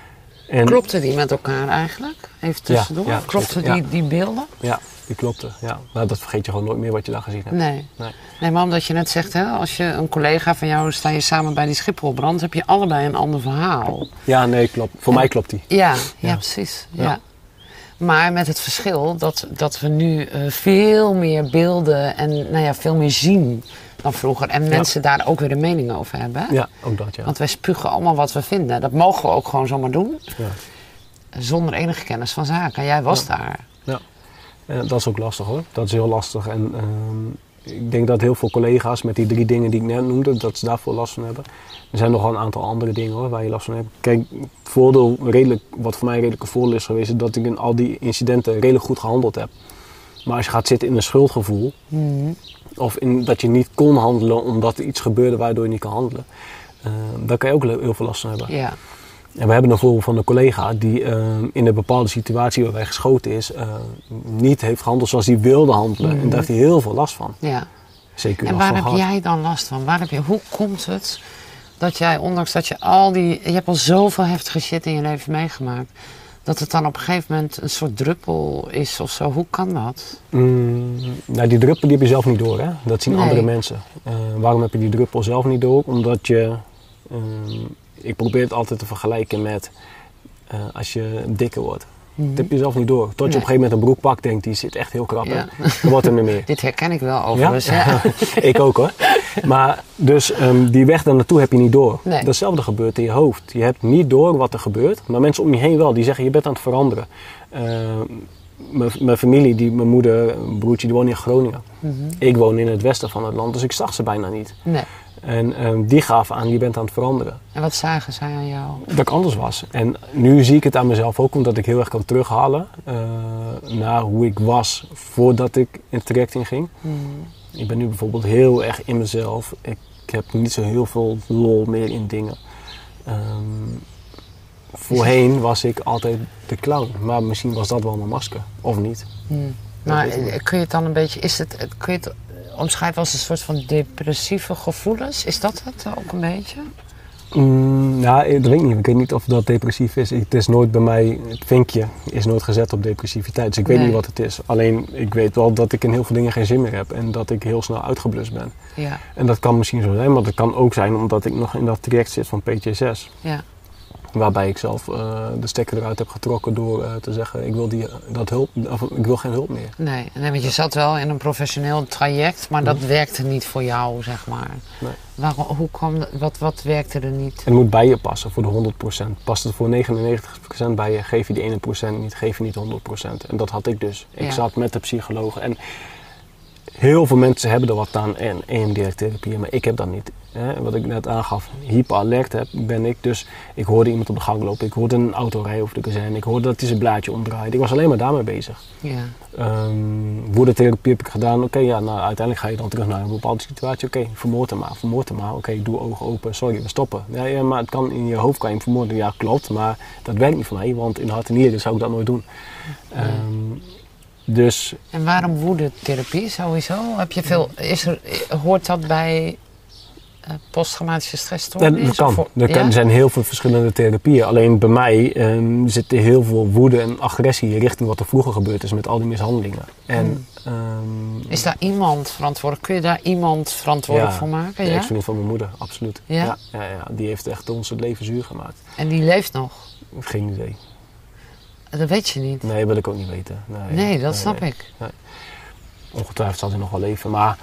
En klopte die met elkaar eigenlijk? Even tussendoor. Ja, ja, klopte die, ja. die beelden? Ja, die klopte. Ja. Nou, dat vergeet je gewoon nooit meer wat je daar gezien hebt. Nee. Nee. nee, maar omdat je net zegt, hè, als je een collega van jou sta je samen bij die Schipholbrand, heb je allebei een ander verhaal. Ja, nee, klopt. Voor en, mij klopt die. Ja, ja, ja. precies. Ja. Ja. Maar met het verschil dat, dat we nu uh, veel meer beelden en nou ja, veel meer zien dan vroeger. En mensen ja. daar ook weer een mening over hebben. Hè? Ja, ook dat, ja. Want wij spugen allemaal wat we vinden. Dat mogen we ook gewoon zomaar doen. Ja. Zonder enige kennis van zaken. Jij was ja. daar. Ja, en dat is ook lastig hoor. Dat is heel lastig. En um, ik denk dat heel veel collega's met die drie dingen die ik net noemde, dat ze daar veel last van hebben. Er zijn nog wel een aantal andere dingen hoor, waar je last van hebt. Kijk, het voordeel, redelijk, wat voor mij een redelijke voordeel is geweest, is dat ik in al die incidenten redelijk goed gehandeld heb. Maar als je gaat zitten in een schuldgevoel, mm. of in, dat je niet kon handelen omdat er iets gebeurde waardoor je niet kan handelen, uh, daar kan je ook heel veel last van hebben. Ja. En we hebben een voorbeeld van een collega die uh, in een bepaalde situatie waarbij geschoten is, uh, niet heeft gehandeld zoals hij wilde handelen. Mm. En daar heeft hij heel veel last van. Ja. Zeker en waar heb gehad. jij dan last van? Waar heb je, hoe komt het dat jij, ondanks dat je al die, je hebt al zoveel heftige shit in je leven meegemaakt, dat het dan op een gegeven moment een soort druppel is of zo? Hoe kan dat? Mm, nou, die druppel die heb je zelf niet door, hè? Dat zien nee. andere mensen. Uh, waarom heb je die druppel zelf niet door? Omdat je, uh, ik probeer het altijd te vergelijken met uh, als je dikker wordt. Mm-hmm. Dat heb je zelf niet door. Tot je nee. op een gegeven moment een broek pakt, denkt die zit echt heel krap. Ja. Dan wordt er niet meer. Dit herken ik wel overigens. Ja? Ja. Ik ook hoor. Maar dus um, die weg daar naartoe heb je niet door. Nee. Datzelfde gebeurt in je hoofd. Je hebt niet door wat er gebeurt, maar mensen om je heen wel. Die zeggen je bent aan het veranderen. Uh, mijn familie, die, mijn moeder, mijn broertje, die wonen in Groningen. Mm-hmm. Ik woon in het westen van het land, dus ik zag ze bijna niet. Nee. En um, die gaven aan, je bent aan het veranderen. En wat zagen zij aan jou? Dat ik anders was. En nu zie ik het aan mezelf ook, omdat ik heel erg kan terughalen uh, naar hoe ik was voordat ik in het traject inging. Mm. Ik ben nu bijvoorbeeld heel erg in mezelf. Ik heb niet zo heel veel lol meer in dingen. Um, voorheen was ik altijd de clown, maar misschien was dat wel mijn masker, of niet. Mm. Maar kun je het dan een beetje, is het, kun je het omschrijven als een soort van depressieve gevoelens? Is dat het ook een beetje? Mm, nou, dat weet ik niet. Ik weet niet of dat depressief is. Het is nooit bij mij, het vinkje is nooit gezet op depressiviteit. Dus ik weet nee. niet wat het is. Alleen, ik weet wel dat ik in heel veel dingen geen zin meer heb. En dat ik heel snel uitgeblust ben. Ja. En dat kan misschien zo zijn, maar dat kan ook zijn omdat ik nog in dat traject zit van P T S S. Ja. Waarbij ik zelf uh, de stekker eruit heb getrokken door uh, te zeggen, ik wil, die, dat hulp, of, ik wil geen hulp meer. Nee, nee, want je zat wel in een professioneel traject, maar dat werkte niet voor jou, zeg maar. Nee. Waarom, hoe kwam dat, wat, wat werkte er niet? Het moet bij je passen voor de honderd procent. Past het voor negenennegentig procent bij je, geef je die ene procent niet, geef je niet honderd procent. En dat had ik dus. Ik ja. zat met de psycholoog en heel veel mensen hebben er wat aan en E M D R-therapie, maar ik heb dat niet. Hè? Wat ik net aangaf, hyperalert heb, ben ik. Dus ik hoorde iemand op de gang lopen, ik hoorde een auto rijden over de kazerne, ik hoorde dat hij zijn blaadje omdraaide. Ik was alleen maar daarmee bezig. Ja. Um, woordentherapie heb ik gedaan. Oké, okay, ja, nou, uiteindelijk ga je dan terug naar een bepaalde situatie. Oké, okay, vermoord hem maar, vermoord hem maar. Oké, okay, doe ogen open, sorry, we stoppen. Ja, ja, maar het kan in je hoofd kan je hem vermoorden. Ja, klopt, maar dat werkt niet voor mij, want in hart en nieren zou ik dat nooit doen. Ja. Um, Dus, en waarom woedetherapie sowieso? Heb je veel, is er, hoort dat bij uh, posttraumatische stressstoornis? Dat kan. Voor, er, kan ja? er zijn heel veel verschillende therapieën. Alleen bij mij um, zit er heel veel woede en agressie richting wat er vroeger gebeurd is met al die mishandelingen. En, hmm. um, is daar iemand verantwoordelijk? Kun je daar iemand verantwoordelijk ja, voor maken? De Ja, ex-vriendin van mijn moeder, absoluut. Ja? Ja, ja, ja, die heeft echt ons het leven zuur gemaakt. En die leeft nog? Geen idee. Dat weet je niet. Nee, wil ik ook niet weten. Nee, nee dat nee, snap nee. ik. Nee. Ongetwijfeld zal hij nog wel leven, maar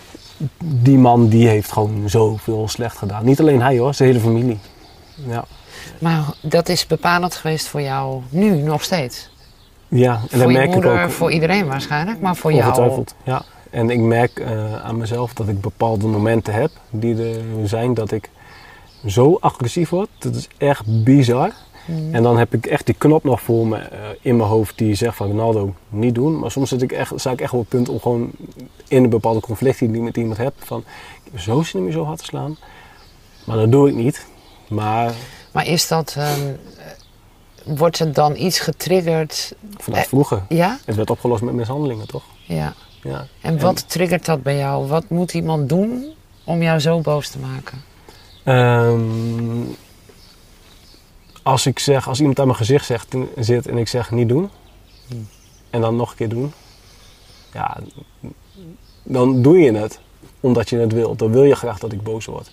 die man die heeft gewoon zoveel slecht gedaan. Niet alleen hij hoor, zijn hele familie. Ja. Maar dat is bepalend geweest voor jou nu nog steeds? Ja, en voor dan je merk moeder, ik ook, voor iedereen waarschijnlijk, maar voor jou? Ongetwijfeld, ja. En ik merk uh, aan mezelf dat ik bepaalde momenten heb die er zijn dat ik zo agressief word. Dat is echt bizar. Mm. En dan heb ik echt die knop nog voor me uh, in mijn hoofd die zegt van Ronaldo, niet doen. Maar soms zit ik echt, sta ik echt op het punt om gewoon in een bepaalde conflict die ik met iemand heb. Van, ik heb zo zin om je zo hard te slaan. Maar dat doe ik niet. Maar, maar is dat, um, wordt er dan iets getriggerd? Vanaf vroeger. Eh, ja? Het werd opgelost met mishandelingen, toch? Ja. Ja. En wat en, triggert dat bij jou? Wat moet iemand doen om jou zo boos te maken? Um, Als ik zeg, als iemand aan mijn gezicht zegt, zit en ik zeg niet doen, hmm. en dan nog een keer doen, ja, dan doe je het omdat je het wil. Dan wil je graag dat ik boos word.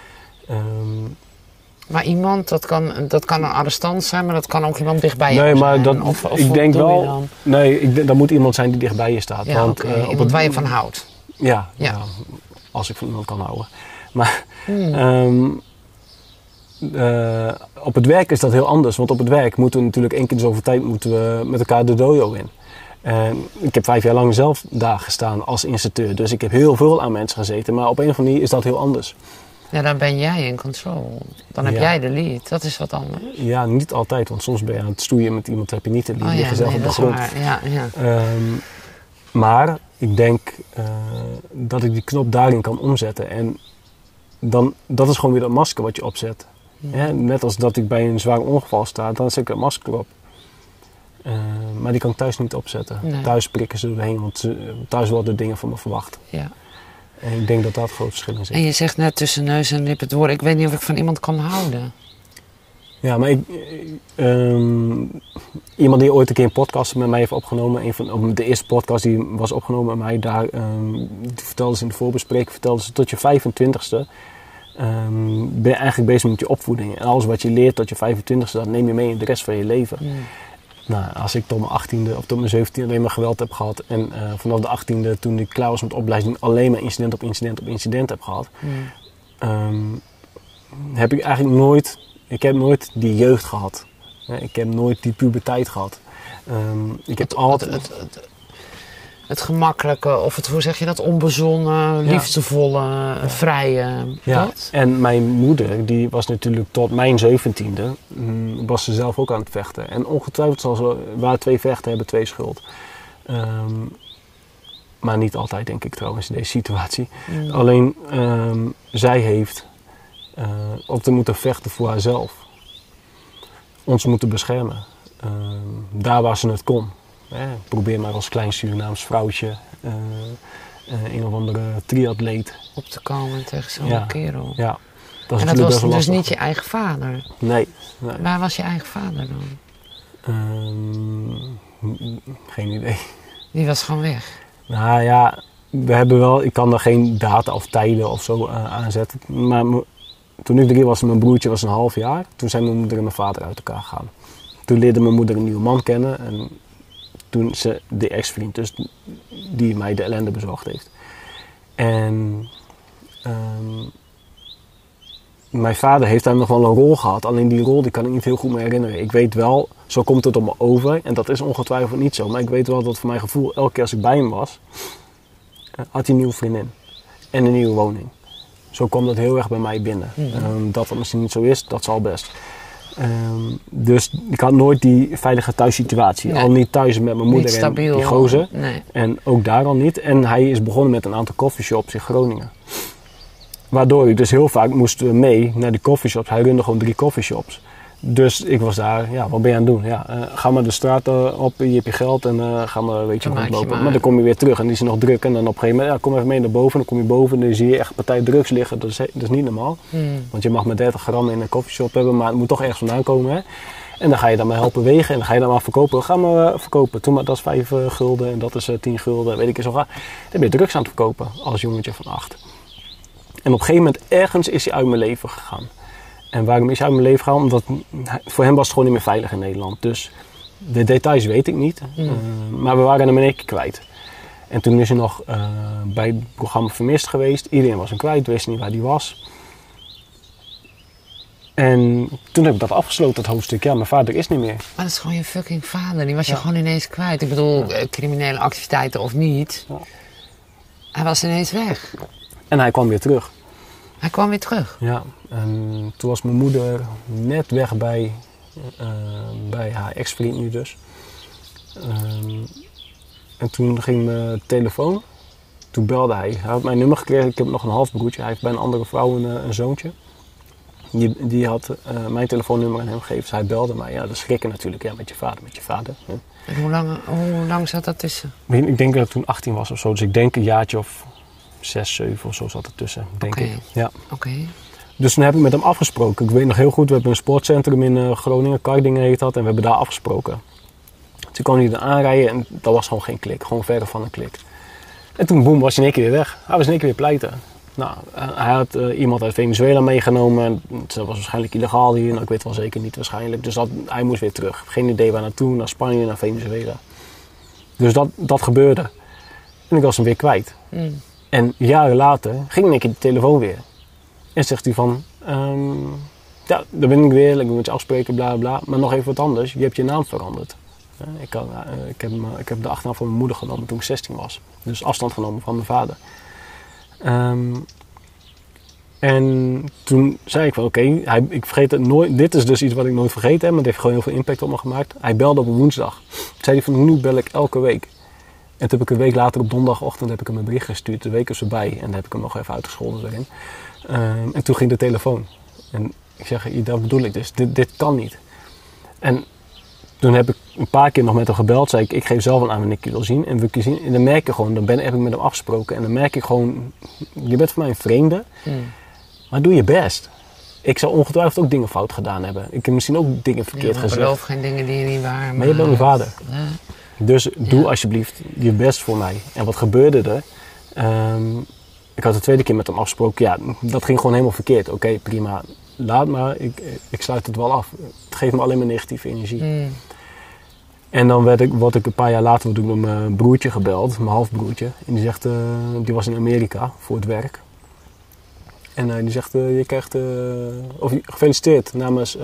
Um, maar iemand, dat kan, dat kan een arrestant zijn, maar dat kan ook iemand dichtbij je nee, zijn. Maar dat, of, of ik denk wel, je dan? Nee, ik, dat moet iemand zijn die dichtbij je staat. Ja, want, okay. uh, iemand het, waar je van houdt. Ja, ja. ja, als ik van iemand kan houden. Maar hmm. um, Uh, op het werk is dat heel anders, want op het werk moeten we natuurlijk één keer zoveel tijd moeten we met elkaar de dojo in. Uh, ik heb vijf jaar lang zelf daar gestaan als instructeur, dus ik heb heel veel aan mensen gezeten, maar op een of andere manier is dat heel anders. Ja, dan ben jij in control. Dan heb ja. jij de lead, dat is wat anders. Ja, niet altijd, want soms ben je aan het stoeien met iemand, heb je niet de lead, oh, lig je ja, zelf nee, op de grond. Ja, ja. Um, maar ik denk uh, dat ik die knop daarin kan omzetten en dan, dat is gewoon weer dat masker wat je opzet. Ja, net als dat ik bij een zwaar ongeval sta, dan zet ik een masker op. Uh, maar die kan ik thuis niet opzetten. Nee. Thuis prikken ze erheen, want ze, thuis worden dingen van me verwacht. Ja. En ik denk dat dat het groot verschil is. En je zegt net tussen neus en lippen door, ik weet niet of ik van iemand kan houden. Ja, maar ik, um, iemand die ooit een keer een podcast met mij heeft opgenomen, een van de eerste podcast die was opgenomen met mij, daar um, die vertelde ze in de voorbespreking, vertelde ze tot je vijfentwintigste Um, ben je eigenlijk bezig met je opvoeding. En alles wat je leert tot je vijfentwintigste, dat neem je mee in de rest van je leven. Mm. Nou, als ik tot mijn achttiende of tot mijn zeventiende alleen maar geweld heb gehad en uh, vanaf de achttiende, toen ik klaar was met opleiding, alleen maar incident op incident op incident heb gehad, mm. um, heb ik eigenlijk nooit, ik heb nooit die jeugd gehad. Ik heb nooit die puberteit gehad. Um, ik heb het, altijd... Het, het, het, het gemakkelijke, of het, hoe zeg je dat, onbezonnen, ja. liefdevolle, ja. vrije. Ja, dat? En mijn moeder, die was natuurlijk tot mijn zeventiende, um, was ze zelf ook aan het vechten. En ongetwijfeld zal ze, waar twee vechten hebben, twee schuld. Um, maar niet altijd, denk ik trouwens, in deze situatie. Mm. Alleen, um, zij heeft uh, ook te moeten vechten voor haarzelf. Ons moeten beschermen. Um, daar waar ze het kon. Eh, probeer maar als klein Surinaams vrouwtje, uh, uh, een of andere triatleet. Op te komen tegen zo'n ja, kerel. Ja, dat is en dat was dus lastig. niet je eigen vader? Nee, nee. Waar was je eigen vader dan? Um, geen idee. Die was gewoon weg? Nou ja, we hebben wel, ik kan er geen data of tijden of zo uh, aanzetten. Maar toen ik drie was, mijn broertje was een half jaar. Toen zijn mijn moeder en mijn vader uit elkaar gegaan. Toen leerde mijn moeder een nieuwe man kennen. En toen ze de ex-vriend, dus die mij de ellende bezorgd heeft. En um, mijn vader heeft daar nog wel een rol gehad. Alleen die rol die kan ik niet heel goed meer herinneren. Ik weet wel, zo komt het op me over. En dat is ongetwijfeld niet zo. Maar ik weet wel dat voor mijn gevoel, elke keer als ik bij hem was, had hij een nieuwe vriendin. En een nieuwe woning. Zo kwam dat heel erg bij mij binnen. Mm-hmm. Um, dat dat misschien niet zo is, dat zal best. Um, dus ik had nooit die veilige thuissituatie. Nee. Al niet thuis met mijn moeder en die gozer. Nee. En ook daar al niet. En hij is begonnen met een aantal coffeeshops in Groningen. Waardoor ik dus heel vaak moest mee naar die coffeeshops. Hij runde gewoon drie coffeeshops. Dus ik was daar, ja, wat ben je aan het doen? Ja, uh, ga maar de straat uh, op, hier heb je geld en uh, ga maar, weet je, rondlopen. Maar. maar dan kom je weer terug en die is nog druk. En dan op een gegeven moment, ja, kom even mee naar boven. Dan kom je boven en dan zie je echt een partij drugs liggen. Dat is, dat is niet normaal. Hmm. Want je mag maar dertig gram in een coffeeshop hebben, maar het moet toch ergens vandaan komen. Hè? En dan ga je dan maar helpen wegen en dan ga je dan maar verkopen. Ga maar uh, verkopen. Toen maar, dat is vijf uh, gulden en dat is uh, tien gulden. Weet ik eens zo ga. Dan ben je drugs aan het verkopen als jongetje van acht. En op een gegeven moment, ergens is hij uit mijn leven gegaan. En waarom is hij uit mijn leven gegaan? Omdat voor hem was het gewoon niet meer veilig in Nederland. Dus de details weet ik niet. Mm. Uh, maar we waren hem in één keer kwijt. En toen is hij nog uh, bij het programma Vermist geweest. Iedereen was hem kwijt, wist niet waar hij was. En toen heb ik dat afgesloten, dat hoofdstuk. Ja, mijn vader is niet meer. Maar dat is gewoon je fucking vader. Die was je ja. gewoon ineens kwijt. Ik bedoel, ja. criminele activiteiten of niet. Ja. Hij was ineens weg. En hij kwam weer terug. Hij kwam weer terug? Ja, en toen was mijn moeder net weg bij, uh, bij haar ex-vriend nu dus. Um, en toen ging mijn telefoon, toen belde hij. Hij had mijn nummer gekregen, ik heb nog een halfbroertje. Hij heeft bij een andere vrouw een, een zoontje. Die, die had uh, mijn telefoonnummer aan hem gegeven, dus hij belde mij. Ja, dat schrikken natuurlijk, ja, met je vader, met je vader. Ja. En hoe lang, hoe lang zat dat tussen? Ik denk dat ik toen achttien was of zo, dus ik denk een jaartje of zes, zeven of zo zat er tussen, denk okay. ik. Ja. Okay. Dus toen heb ik met hem afgesproken. Ik weet nog heel goed, we hebben een sportcentrum in uh, Groningen, Kardingen heet dat, en we hebben daar afgesproken. Toen kwam hij er aanrijden en dat was gewoon geen klik, gewoon verder van een klik. En toen boem, was hij in één keer weer weg. Hij was in één keer weer pleiten. Nou, uh, hij had uh, iemand uit Venezuela meegenomen, dat was waarschijnlijk illegaal hier, nou, ik weet wel zeker niet waarschijnlijk. Dus dat, hij moest weer terug. Geen idee waar naartoe, naar Spanje, naar Venezuela. Dus dat, dat gebeurde. En ik was hem weer kwijt. Mm. En jaren later ging ik in de telefoon weer. En zegt hij van, um, ja, daar ben ik weer, ik moet met je afspreken, bla bla. Maar nog even wat anders, je hebt je naam veranderd. Ja, ik, had, uh, ik, heb, ik heb de achternaam van mijn moeder genomen toen ik zestien was. Dus afstand genomen van mijn vader. Um, en toen zei ik van, oké, okay, ik vergeet het nooit. Dit is dus iets wat ik nooit vergeten heb, maar het heeft gewoon heel veel impact op me gemaakt. Hij belde op een woensdag. Toen zei hij van, nu bel ik elke week. En toen heb ik een week later op donderdagochtend heb ik hem een bericht gestuurd. De week is erbij. En dan heb ik hem nog even uitgescholden daarin. Um, en toen ging de telefoon. En ik zeg, dat bedoel ik dus. Dit, dit kan niet. En toen heb ik een paar keer nog met hem gebeld. Zei ik, ik geef zelf een aan wanneer ik je wil zien. En, we zien, en dan merk je gewoon, dan ben, heb ik met hem afgesproken. En dan merk ik gewoon, je bent voor mij een vreemde. Hmm. Maar doe je best. Ik zou ongetwijfeld ook dingen fout gedaan hebben. Ik heb misschien ook dingen verkeerd ja, gezegd. Ik geloof geen dingen die niet waar maar... Maar je bent mijn vader. Ja. Dus doe ja. alsjeblieft je best voor mij. En wat gebeurde er? Um, ik had de tweede keer met hem afgesproken. Ja, dat ging gewoon helemaal verkeerd. Oké, okay, prima. Laat maar. Ik, ik sluit het wel af. Het geeft me alleen maar negatieve energie. Mm. En dan werd ik, word ik een paar jaar later door mijn broertje gebeld. Mijn halfbroertje. En die zegt, uh, die was in Amerika voor het werk. En uh, die zegt, uh, je krijgt... Uh, of gefeliciteerd namens... Uh,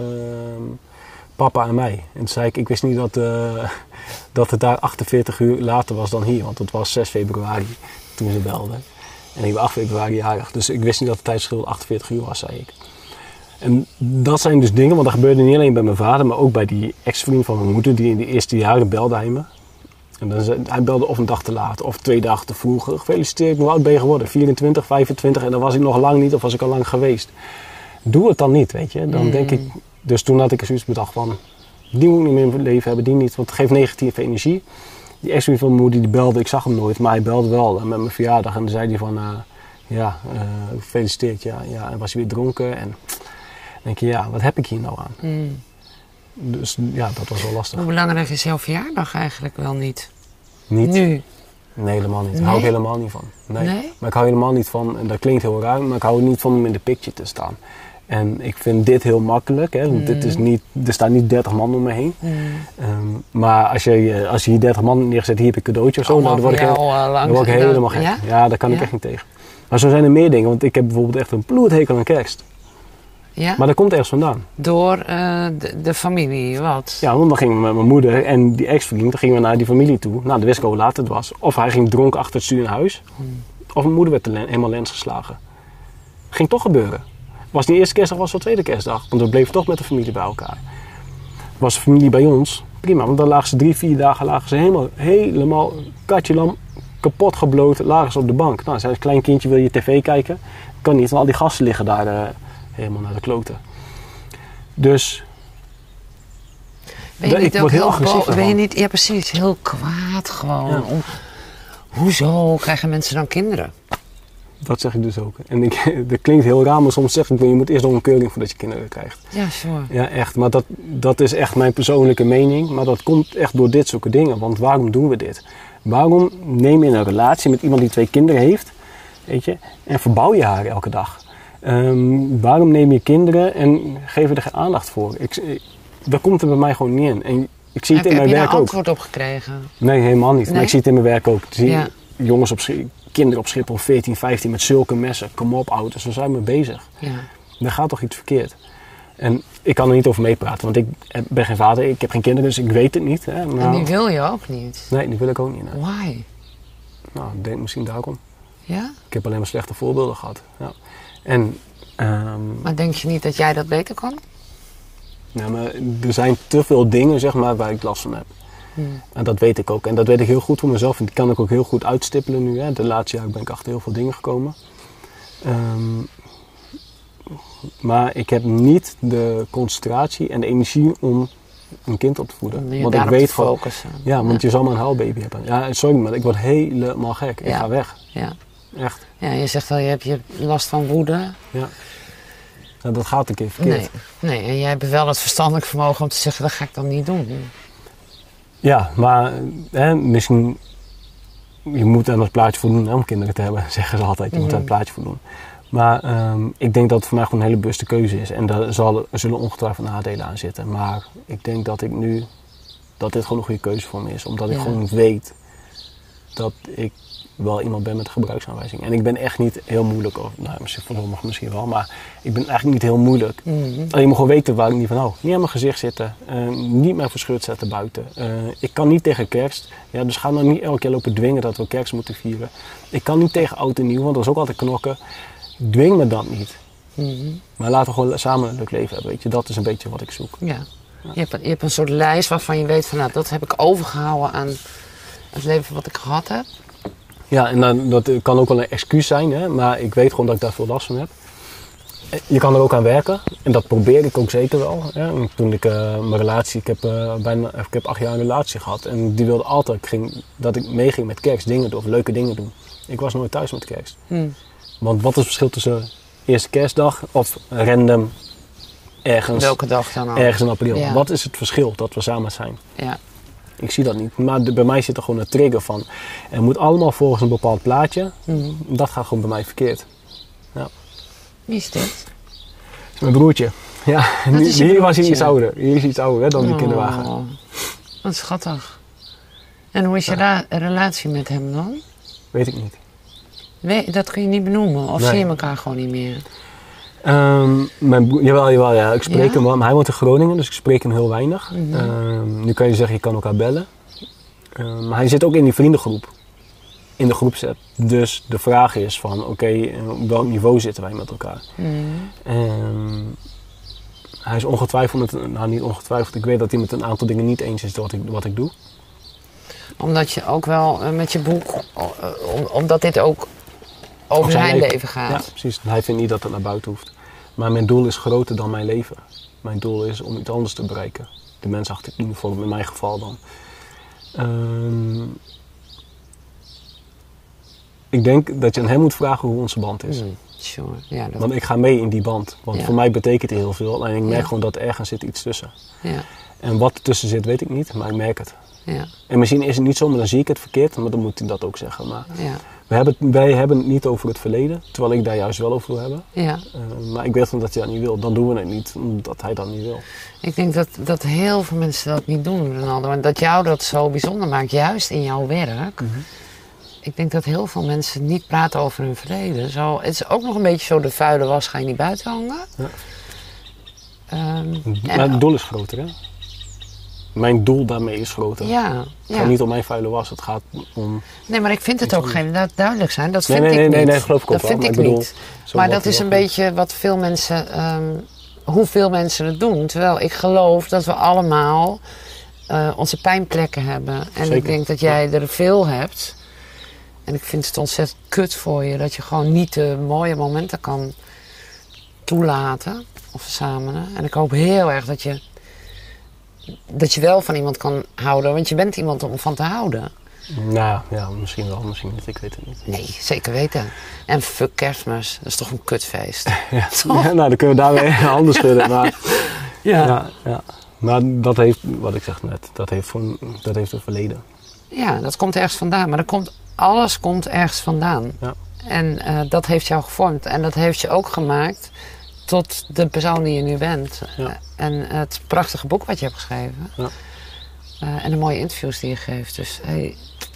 papa en mij. En toen zei ik, ik wist niet dat, uh, dat het daar achtenveertig uur later was dan hier. Want het was zes februari toen ze belden. En ik ben acht februari jarig. Dus ik wist niet dat het tijdsverschil achtenveertig uur was, zei ik. En dat zijn dus dingen, want dat gebeurde niet alleen bij mijn vader, maar ook bij die ex-vriend van mijn moeder. Die in de eerste jaren belde hij me. En dan zei, hij belde of een dag te laat of twee dagen te vroeg. Gefeliciteerd, hoe oud ben je geworden? vierentwintig, vijfentwintig en dan was ik nog lang niet of was ik al lang geweest. Doe het dan niet, weet je. Dan mm. denk ik... Dus toen had ik zoiets bedacht van, die moet ik niet meer in mijn leven hebben, die niet, want het geeft negatieve energie. Die ex-vriend van mijn moeder die belde, ik zag hem nooit, maar hij belde wel met mijn verjaardag en dan zei hij van, uh, ja, uh, gefeliciteerd, ja, ja, en was hij weer dronken en dan denk je, ja, wat heb ik hier nou aan? Mm. Dus ja, dat was wel lastig. Hoe belangrijk is jouw verjaardag eigenlijk wel niet? Niet? Nu? Nee, helemaal niet. Daar nee? hou ik helemaal niet van. Nee. nee. Maar ik hou helemaal niet van, en dat klinkt heel raar, maar ik hou er niet van om in de picture te staan. En ik vind dit heel makkelijk. Hè? Want Mm. dit is niet, er staan niet dertig man om me heen. Mm. Um, maar als je, als je hier dertig man neerzet, hier heb je een cadeautje of zo. Allemaal Nou, dan word ik, voor heel, jou, uh, langs- dan word ik helemaal gek. Ja? Ja, daar kan ik Ja? echt niet tegen. Maar zo zijn er meer dingen. Want ik heb bijvoorbeeld echt een bloedhekel aan kerst. Ja? Maar dat komt ergens vandaan. Door uh, de, de familie, wat? Ja, want dan gingen we met mijn moeder en die ex-vriend, dan gingen we naar die familie toe. Nou, dan wist ik al hoe laat het was. Of hij ging dronken achter het stuur naar huis. Hmm. Of mijn moeder werd len- helemaal lens geslagen. Ging toch gebeuren. Was niet de eerste kerstdag, was wel de tweede kerstdag. Want we bleven toch met de familie bij elkaar. Was de familie bij ons, prima. Want dan lagen ze drie, vier dagen lagen ze helemaal, helemaal katje lam, kapot gebloot, lagen ze op de bank. Nou, als klein kindje wil je tv kijken. Kan niet, want al die gasten liggen daar uh, helemaal naar de kloten. Dus... Ben je ik niet ook word heel heel agressief bo- ben je daarvan. niet, ja precies, heel kwaad gewoon. Ja. Om, hoezo krijgen mensen dan kinderen? Dat zeg ik dus ook. En ik, dat klinkt heel raar, maar soms zeg ik, je moet eerst nog een keuring voordat je kinderen krijgt. Ja, sure. Ja, echt. Maar dat, dat is echt mijn persoonlijke mening. Maar dat komt echt door dit soort dingen. Want waarom doen we dit? Waarom neem je een relatie met iemand die twee kinderen heeft, weet je, en verbouw je haar elke dag? Um, waarom neem je kinderen en geef je er geen aandacht voor? Ik, ik, dat komt er bij mij gewoon niet in. En ik zie het heb in mijn heb je werk daar ook. antwoord op gekregen? Nee, helemaal niet. Nee? Maar ik zie het in mijn werk ook. Ik zie Ja. jongens op Schi- kinderen op Schiphol, veertien, vijftien, met zulke messen. Kom op, ouders, we zijn mee bezig. Ja. Er gaat toch iets verkeerd. En ik kan er niet over meepraten, want ik ben geen vader, ik heb geen kinderen, dus ik weet het niet. Hè. Nou, En die wil je ook niet? Nee, die wil ik ook niet. Nee. Why? Nou, ik denk misschien daarom. Ja? Ik heb alleen maar slechte voorbeelden gehad. Ja. En, um, Maar denk je niet dat jij dat beter kan? ja, maar er zijn te veel dingen, zeg maar, waar ik last van heb. Hmm. En dat weet ik ook. En dat weet ik heel goed voor mezelf. En die kan ik ook heel goed uitstippelen nu. Hè. De laatste jaren ben ik achter heel veel dingen gekomen. Um, maar ik heb niet de concentratie en de energie om een kind op te voeden. Om je Want ik daarop weet te van, focussen. ja, want Ja. je zal maar een huilbaby hebben. Ja, sorry, maar ik word helemaal gek. Ik Ja. ga weg. Ja. Echt. Ja, je zegt wel, je hebt je last van woede. Ja. Ja, dat gaat een keer verkeerd. Nee, nee, en jij hebt wel het verstandelijk vermogen om te zeggen, dat ga ik dan niet doen. Ja, maar hè, misschien... Je moet aan het plaatje voldoen hè, om kinderen te hebben, zeggen ze altijd. Je moet aan het plaatje voldoen. Maar um, ik denk dat het voor mij gewoon een hele bewuste keuze is. En daar zal, er zullen ongetwijfeld nadelen aan zitten. Maar ik denk dat ik nu... dat dit gewoon een goede keuze voor me is. Omdat ik Ja. gewoon weet dat ik wel iemand ben met een gebruiksaanwijzing. En ik ben echt niet heel moeilijk. Of, nou, misschien voor sommigen misschien wel. Maar ik ben eigenlijk niet heel moeilijk. Mm-hmm. Alleen je moet gewoon weten waar ik niet van hou. Niet aan mijn gezicht zitten. Uh, niet mij verscheurd zetten buiten. Uh, ik kan niet tegen kerst. Ja, dus ga nou niet elke keer lopen dwingen dat we kerst moeten vieren. Ik kan niet tegen oud en nieuw, want dat is ook altijd knokken. Dwing me dat niet. Mm-hmm. Maar laten we gewoon samen een leuk leven hebben. Weet je? Dat is een beetje wat ik zoek. Ja. Je hebt, je hebt een soort lijst waarvan je weet van, nou, dat heb ik overgehouden aan het leven wat ik gehad heb. Ja, en dan, dat kan ook wel een excuus zijn, hè? Maar ik weet gewoon dat ik daar veel last van heb. Je kan er ook aan werken en dat probeer ik ook zeker wel. Hè? Toen ik uh, mijn relatie, ik heb, uh, bijna, ik heb acht jaar een relatie gehad en die wilde altijd ik ging, dat ik meeging met kerst, dingen doen of leuke dingen doen. Ik was nooit thuis met kerst. Hmm. Want wat is het verschil tussen eerste kerstdag of random ergens, Welke dag dan ook. ergens in april? Ja. Wat is het verschil dat we samen zijn? Ja. Ik zie dat niet. Maar de, bij mij zit er gewoon een trigger van. Het moet allemaal volgens een bepaald plaatje. Mm. Dat gaat gewoon bij mij verkeerd. Ja. Wie is dit? Dat is mijn broertje. Ja, Dat is je hier was hij broertje. iets ouder. Hier is hij iets ouder hè, dan die Oh, kinderwagen. wat schattig. En hoe is je ra- relatie met hem dan? Weet ik niet. Nee, dat kun je niet benoemen. Of Nee. zie je elkaar gewoon niet meer? Um, mijn broer, jawel, jawel, ja. Ik spreek Ja? hem wel. Maar hij woont in Groningen, dus ik spreek hem heel weinig. Mhm. Um, nu kan je zeggen, je kan elkaar bellen. Um, maar hij zit ook in die vriendengroep. In de groepsapp. Dus de vraag is van, oké, okay, op welk niveau zitten wij met elkaar? Mm. Um, hij is ongetwijfeld, met, nou niet ongetwijfeld, ik weet dat hij met een aantal dingen niet eens is wat ik, wat ik doe. Omdat je ook wel uh, met je boek, uh, om, omdat dit ook over Of zijn, zijn leven. leven. gaat. Ja, precies. Hij vindt niet dat het naar buiten hoeft. Maar mijn doel is groter dan mijn leven. Mijn doel is om iets anders te bereiken. De mens achter het uniform, in mijn geval dan. Um, ik denk dat je aan hem moet vragen hoe onze band is. Mm, sure. Ja, dat... Want ik ga mee in die band. Want Ja. voor mij betekent hij heel veel. En ik merk Ja. gewoon dat er ergens zit iets tussen. ja, En wat er tussen zit, weet ik niet. Maar ik merk het. ja, En misschien is het niet zo, maar dan zie ik het verkeerd. Maar dan moet hij dat ook zeggen. Maar ja. We hebben het, wij hebben het niet over het verleden, terwijl ik daar juist wel over wil hebben. Ja. Uh, maar ik weet dat hij dat niet wil. Dan doen we het niet, omdat hij dat niet wil. Ik denk dat, dat heel veel mensen dat niet doen, Ronaldo. En dat jou dat zo bijzonder maakt, juist in jouw werk. Mm-hmm. Ik denk dat heel veel mensen niet praten over hun verleden. Zo, het is ook nog een beetje zo, de vuile was ga je niet buiten hangen. Ja. Um, maar het doel is groter, hè? Mijn doel daarmee is groter. Ja, het ja. gaat niet om mijn vuile was, het gaat om... Nee, maar ik vind het ook geen duidelijk zijn. Dat vind nee, nee, ik nee, niet. Nee, nee, geloof ik ook dat vind wel, ik maar ik niet. Bedoel, maar dat is een beetje wat veel mensen... Um, hoeveel mensen het doen. Terwijl ik geloof dat we allemaal uh, onze pijnplekken hebben. En Zeker. Ik denk dat jij ja. er veel hebt. En ik vind het ontzettend kut voor je dat je gewoon niet de mooie momenten kan toelaten of verzamelen. En ik hoop heel erg dat je, dat je wel van iemand kan houden, want je bent iemand om van te houden. Nou ja, misschien wel, misschien niet, ik weet het niet. Nee, zeker weten. En fuck Kerstmis, dat is toch een kutfeest. ja. ja, nou dan kunnen we daar weer handen schudden. Maar, ja. Ja, ja. maar dat heeft, wat ik zeg net, dat heeft, voor, dat heeft een verleden. Ja, dat komt ergens vandaan, maar dat komt, alles komt ergens vandaan. Ja. En uh, dat heeft jou gevormd en dat heeft je ook gemaakt tot de persoon die je nu bent. Ja. Uh, en uh, het prachtige boek wat je hebt geschreven. Ja. Uh, en de mooie interviews die je geeft. Dus hey,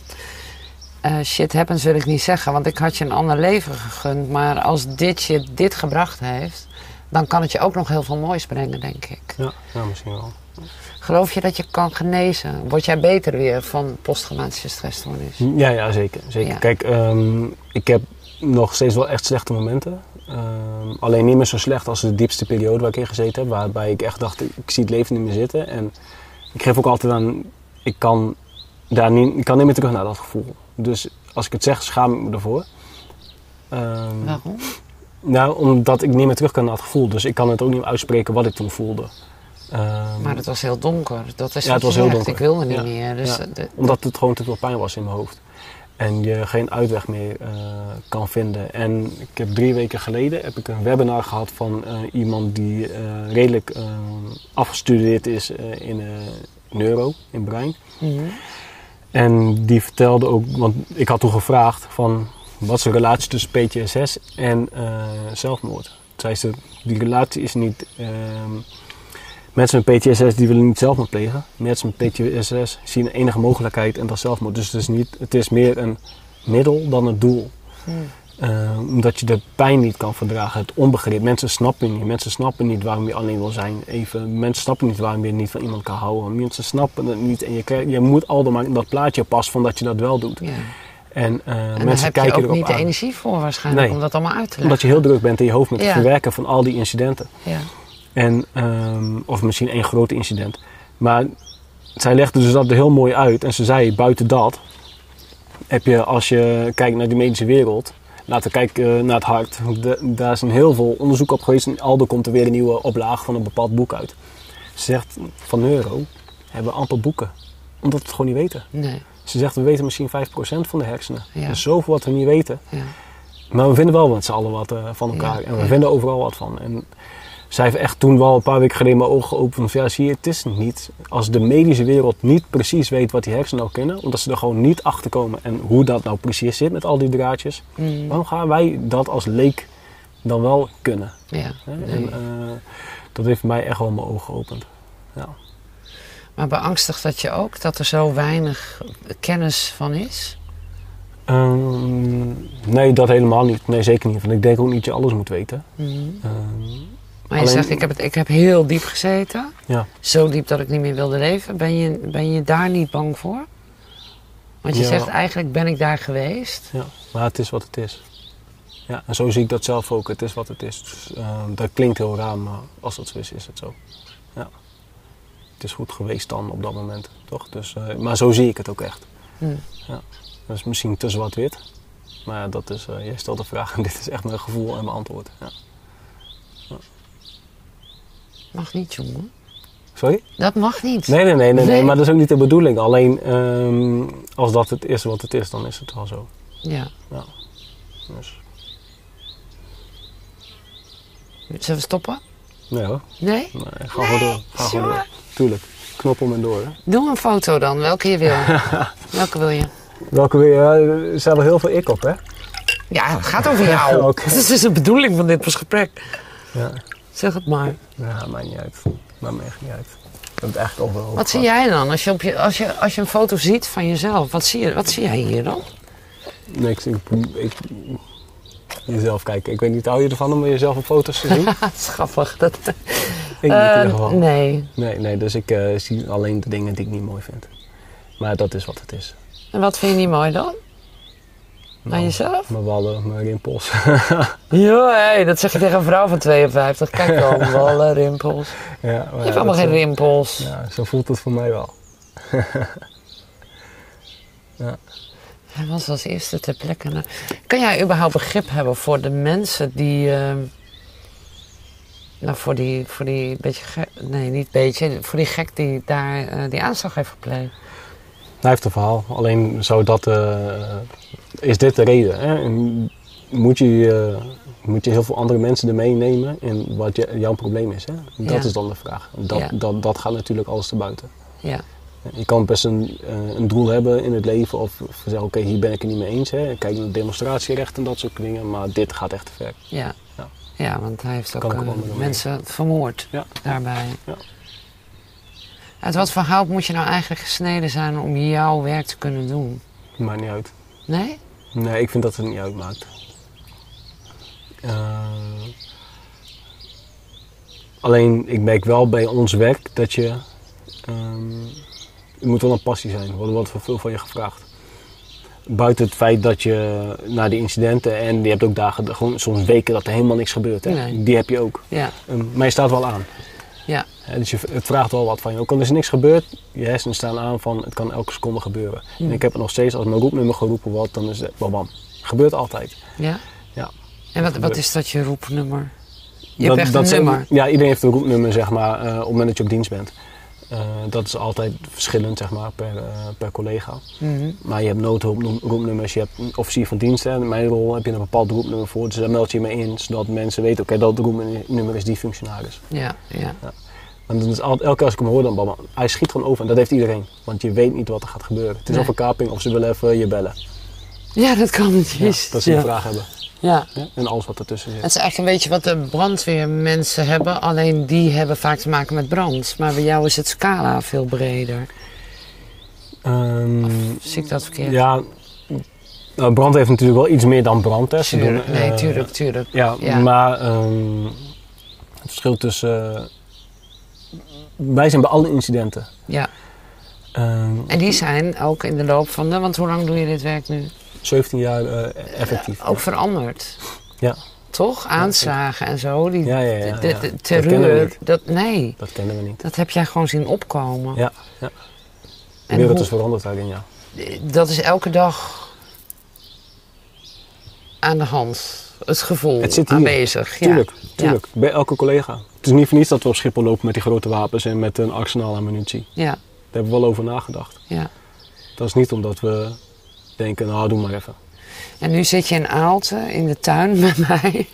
uh, shit happens wil ik niet zeggen, want ik had je een ander leven gegund. Maar als dit je dit gebracht heeft, dan kan het je ook nog heel veel moois brengen, denk ik. Ja, ja misschien wel. Geloof je dat je kan genezen? Word jij beter weer van posttraumatische stressstoornis? Ja, ja, zeker. zeker. Ja. Kijk, um, ik heb nog steeds wel echt slechte momenten. Um, alleen niet meer zo slecht als de diepste periode waar ik in gezeten heb. Waarbij ik echt dacht, ik zie het leven niet meer zitten. En ik geef ook altijd aan, ik kan, daar niet, ik kan niet meer terug naar dat gevoel. Dus als ik het zeg, schaam ik me ervoor. Um, Waarom? Nou, omdat ik niet meer terug kan naar dat gevoel. Dus ik kan het ook niet meer uitspreken wat ik toen voelde. Um, maar het was heel donker. Dat is ja, het was heel donker. Ik wilde niet ja. meer. Dus ja. de, Omdat het gewoon te veel pijn was in mijn hoofd. En je geen uitweg meer uh, kan vinden. En ik heb drie weken geleden heb ik een webinar gehad van uh, iemand die uh, redelijk uh, afgestudeerd is uh, in uh, neuro, in brein. Mm-hmm. En die vertelde ook, want ik had toen gevraagd van wat is de relatie tussen P T S S en uh, zelfmoord. Zei ze, die relatie is niet... Uh, Mensen met P T S S die willen niet zelfmoord plegen. Mensen met P T S S zien enige mogelijkheid en dat is zelfmoord. Dus het is, niet, het is meer een middel dan een doel. Hmm. Uh, omdat je de pijn niet kan verdragen, het onbegrip. Mensen snappen niet. Mensen snappen niet waarom je alleen wil zijn. Even. Mensen snappen niet waarom je niet van iemand kan houden. Mensen snappen het niet. En je, krijg, je moet altijd maar in dat plaatje passen van dat je dat wel doet. Ja. En, uh, en mensen kijken erop aan. heb je ook niet de energie voor waarschijnlijk nee. om dat allemaal uit te leggen. Omdat je heel druk bent in je hoofd met ja. het verwerken van al die incidenten. Ja. En, um, of misschien één groot incident. Maar zij legde dus dat er heel mooi uit. En ze zei, buiten dat heb je, als je kijkt naar de medische wereld, laten we kijken uh, naar het hart. De, daar is een heel veel onderzoek op geweest. En aldo komt er weer een nieuwe oplage van een bepaald boek uit. Ze zegt, van neuro hebben we amper boeken. Omdat we het gewoon niet weten. Nee. Ze zegt, we weten misschien vijf procent van de hersenen. Ja. Er is zoveel wat we niet weten. Ja. Maar we vinden wel met z'n allen wat uh, van elkaar. Ja. En we Ja. vinden overal wat van. En zij heeft echt toen wel een paar weken geleden mijn ogen geopend van ja, zie je, het is niet. Als de medische wereld niet precies weet wat die hersenen nou kunnen, omdat ze er gewoon niet achter komen en hoe dat nou precies zit met al die draadjes, mm. waarom gaan wij dat als leek dan wel kunnen? Ja, nee. nee. En uh, dat heeft mij echt wel mijn ogen geopend. Ja. Maar beangstigt dat je ook dat er zo weinig kennis van is? Um, nee, dat helemaal niet. Nee, zeker niet. Want ik denk ook niet dat je alles moet weten. Mm. Um, Maar je Alleen, zegt, ik heb, het, ik heb heel diep gezeten. Ja. Zo diep dat ik niet meer wilde leven. Ben je, ben je daar niet bang voor? Want je ja. zegt, eigenlijk ben ik daar geweest. Ja, maar het is wat het is. Ja, en zo zie ik dat zelf ook. Het is wat het is. Dus, uh, dat klinkt heel raar, maar als dat zo is, is het zo. Ja. Het is goed geweest dan op dat moment, toch? Dus, uh, maar zo zie ik het ook echt. Hmm. Ja. Dat is misschien te zwart-wit. Maar ja, dat is, uh, jij stelt de vraag en dit is echt mijn gevoel en mijn antwoord. Ja. Ja. Mag niet, jongen. Sorry? Dat mag niet. Nee, nee, nee, nee, nee. nee, maar dat is ook niet de bedoeling. Alleen um, als dat het is wat het is, dan is het wel zo. Ja. Ja. Dus. Zullen we stoppen? Nee hoor. Nee? Nee, ga nee, gewoon door. Ga gewoon door. Tuurlijk. Knop om en door. Hè. Doe een foto dan, welke je wil. Welke wil je? Welke wil je? Er zijn wel heel veel ik op, hè? Ja, het gaat over jou. Okay. Dat is dus de bedoeling van dit gesprek. Ja. Zeg het maar. Ja, maakt niet uit. Maakt me echt niet uit. Ik heb het eigenlijk overal Wat zie jij dan? Als je, op je, als, je, als je een foto ziet van jezelf, wat zie, je, wat zie jij hier dan? Nee, ik, ik, ik jezelf kijken. Ik weet niet, hou je ervan om jezelf op foto's te zien? Dat is grappig. Dat... Ik niet in Uh, ieder geval. nee. Nee, nee, dus ik uh, zie alleen de dingen die ik niet mooi vind. Maar dat is wat het is. En wat vind je niet mooi dan? Aan Nou, jezelf? Mijn wallen, mijn rimpels. Ja, hey, dat zeg je tegen een vrouw van tweeënvijftig. Kijk dan, wallen, rimpels. Ja, Je maar hebt ja, allemaal geen zo, rimpels. Ja, zo voelt het voor mij wel. Ja. Hij was als eerste ter plekke. Nou, kan jij überhaupt begrip hebben voor de mensen die... Uh, nou, voor die, voor die beetje gek... Nee, niet beetje. Voor die gek die daar uh, die aanslag heeft gepleegd. Hij heeft een verhaal. Alleen zou dat... Uh, is dit de reden? Hè? Moet, je, uh, moet je heel veel andere mensen ermee nemen in wat je, jouw probleem is? Hè? Dat Ja. is dan de vraag. Dat, Ja. dat, dat gaat natuurlijk alles te buiten. Ja. Je kan best een, uh, een doel hebben in het leven of, of zeggen, oké, okay, hier ben ik het niet mee eens. Hè. Kijk naar demonstratierecht en dat soort dingen, maar dit gaat echt te ver. Ja. Ja. Ja, want hij heeft ook Kan ik uh, wel met hem mensen vermoord Ja. daarbij. Ja. Uit wat voor hout moet je nou eigenlijk gesneden zijn om jouw werk te kunnen doen? Maakt niet uit. Nee? Nee, ik vind dat het niet uitmaakt. Uh, alleen, ik merk wel bij ons werk dat je... Um, het moet wel een passie zijn. Er wordt wat veel van je gevraagd. Buiten het feit dat je na die incidenten... en je hebt ook dagen, gewoon soms weken dat er helemaal niks gebeurt. Hè? Nee. Die heb je ook. Ja. Um, maar je staat wel aan. Ja. Hè, dus je, het vraagt wel wat van je. Ook al is er niks gebeurd, je hersenen staan aan van... het kan elke seconde gebeuren. Hmm. En ik heb het nog steeds, als mijn roepnummer geroepen wordt... dan is het bam bam. Gebeurt altijd. Ja? Ja. En wat, wat is dat je roepnummer? Je dat, hebt echt dat een zijn- nummer? Ja, iedereen heeft een roepnummer, zeg maar, uh, op het moment dat je op dienst bent. Uh, dat is altijd verschillend, zeg maar, per, uh, per collega. Mm-hmm. Maar je hebt noodroepnummers, je hebt een officier van dienst. Hè. In mijn rol heb je een bepaald roepnummer voor. Dus daar meld je je mee in, zodat mensen weten, oké, okay, dat roepnummer is die functionaris. Ja, ja. Ja. En dan is altijd, elke keer als ik hem hoor, dan bam, hij schiet gewoon over. En dat heeft iedereen, want je weet niet wat er gaat gebeuren. Het is Nee. of een kaping of ze willen even je bellen. Ja, dat kan het Ja, is. dat ze ja. een vraag hebben. Ja. Ja. En alles wat ertussen zit. Het is eigenlijk een beetje wat de brandweermensen hebben, alleen die hebben vaak te maken met brand. Maar bij jou is het scala veel breder. Um, Zie ik dat verkeerd? Ja, nou, brand heeft natuurlijk wel iets meer dan brand. Hè. Ze Tuurlijk, doen, nee, uh, tuurlijk, tuurlijk. Ja, Ja. maar um, het verschil tussen... Uh, wij zijn bij alle incidenten. Ja. Um, En die zijn ook in de loop van de, want hoe lang doe je dit werk nu? zeventien jaar uh, effectief. Ook veranderd. Ja. Toch? Aanslagen en zo. Die, Ja, ja, ja, de, ja. de Dat terreur. kennen we niet. Dat, nee, Dat kennen we niet. dat heb jij gewoon zien opkomen. Ja, ja. De En wereld hoe- is veranderd daarin, ja. Dat is elke dag aan de hand. Het gevoel Het zit hier. aanwezig. Ja. Tuurlijk, tuurlijk. Bij elke collega. Het is niet voor niets dat we op Schiphol lopen met die grote wapens en met een arsenaal aan munitie. Ja, Daar hebben we wel over nagedacht. ja. Dat is niet omdat we denken, nou doe maar even. En nu zit je in Aalten in de tuin met mij.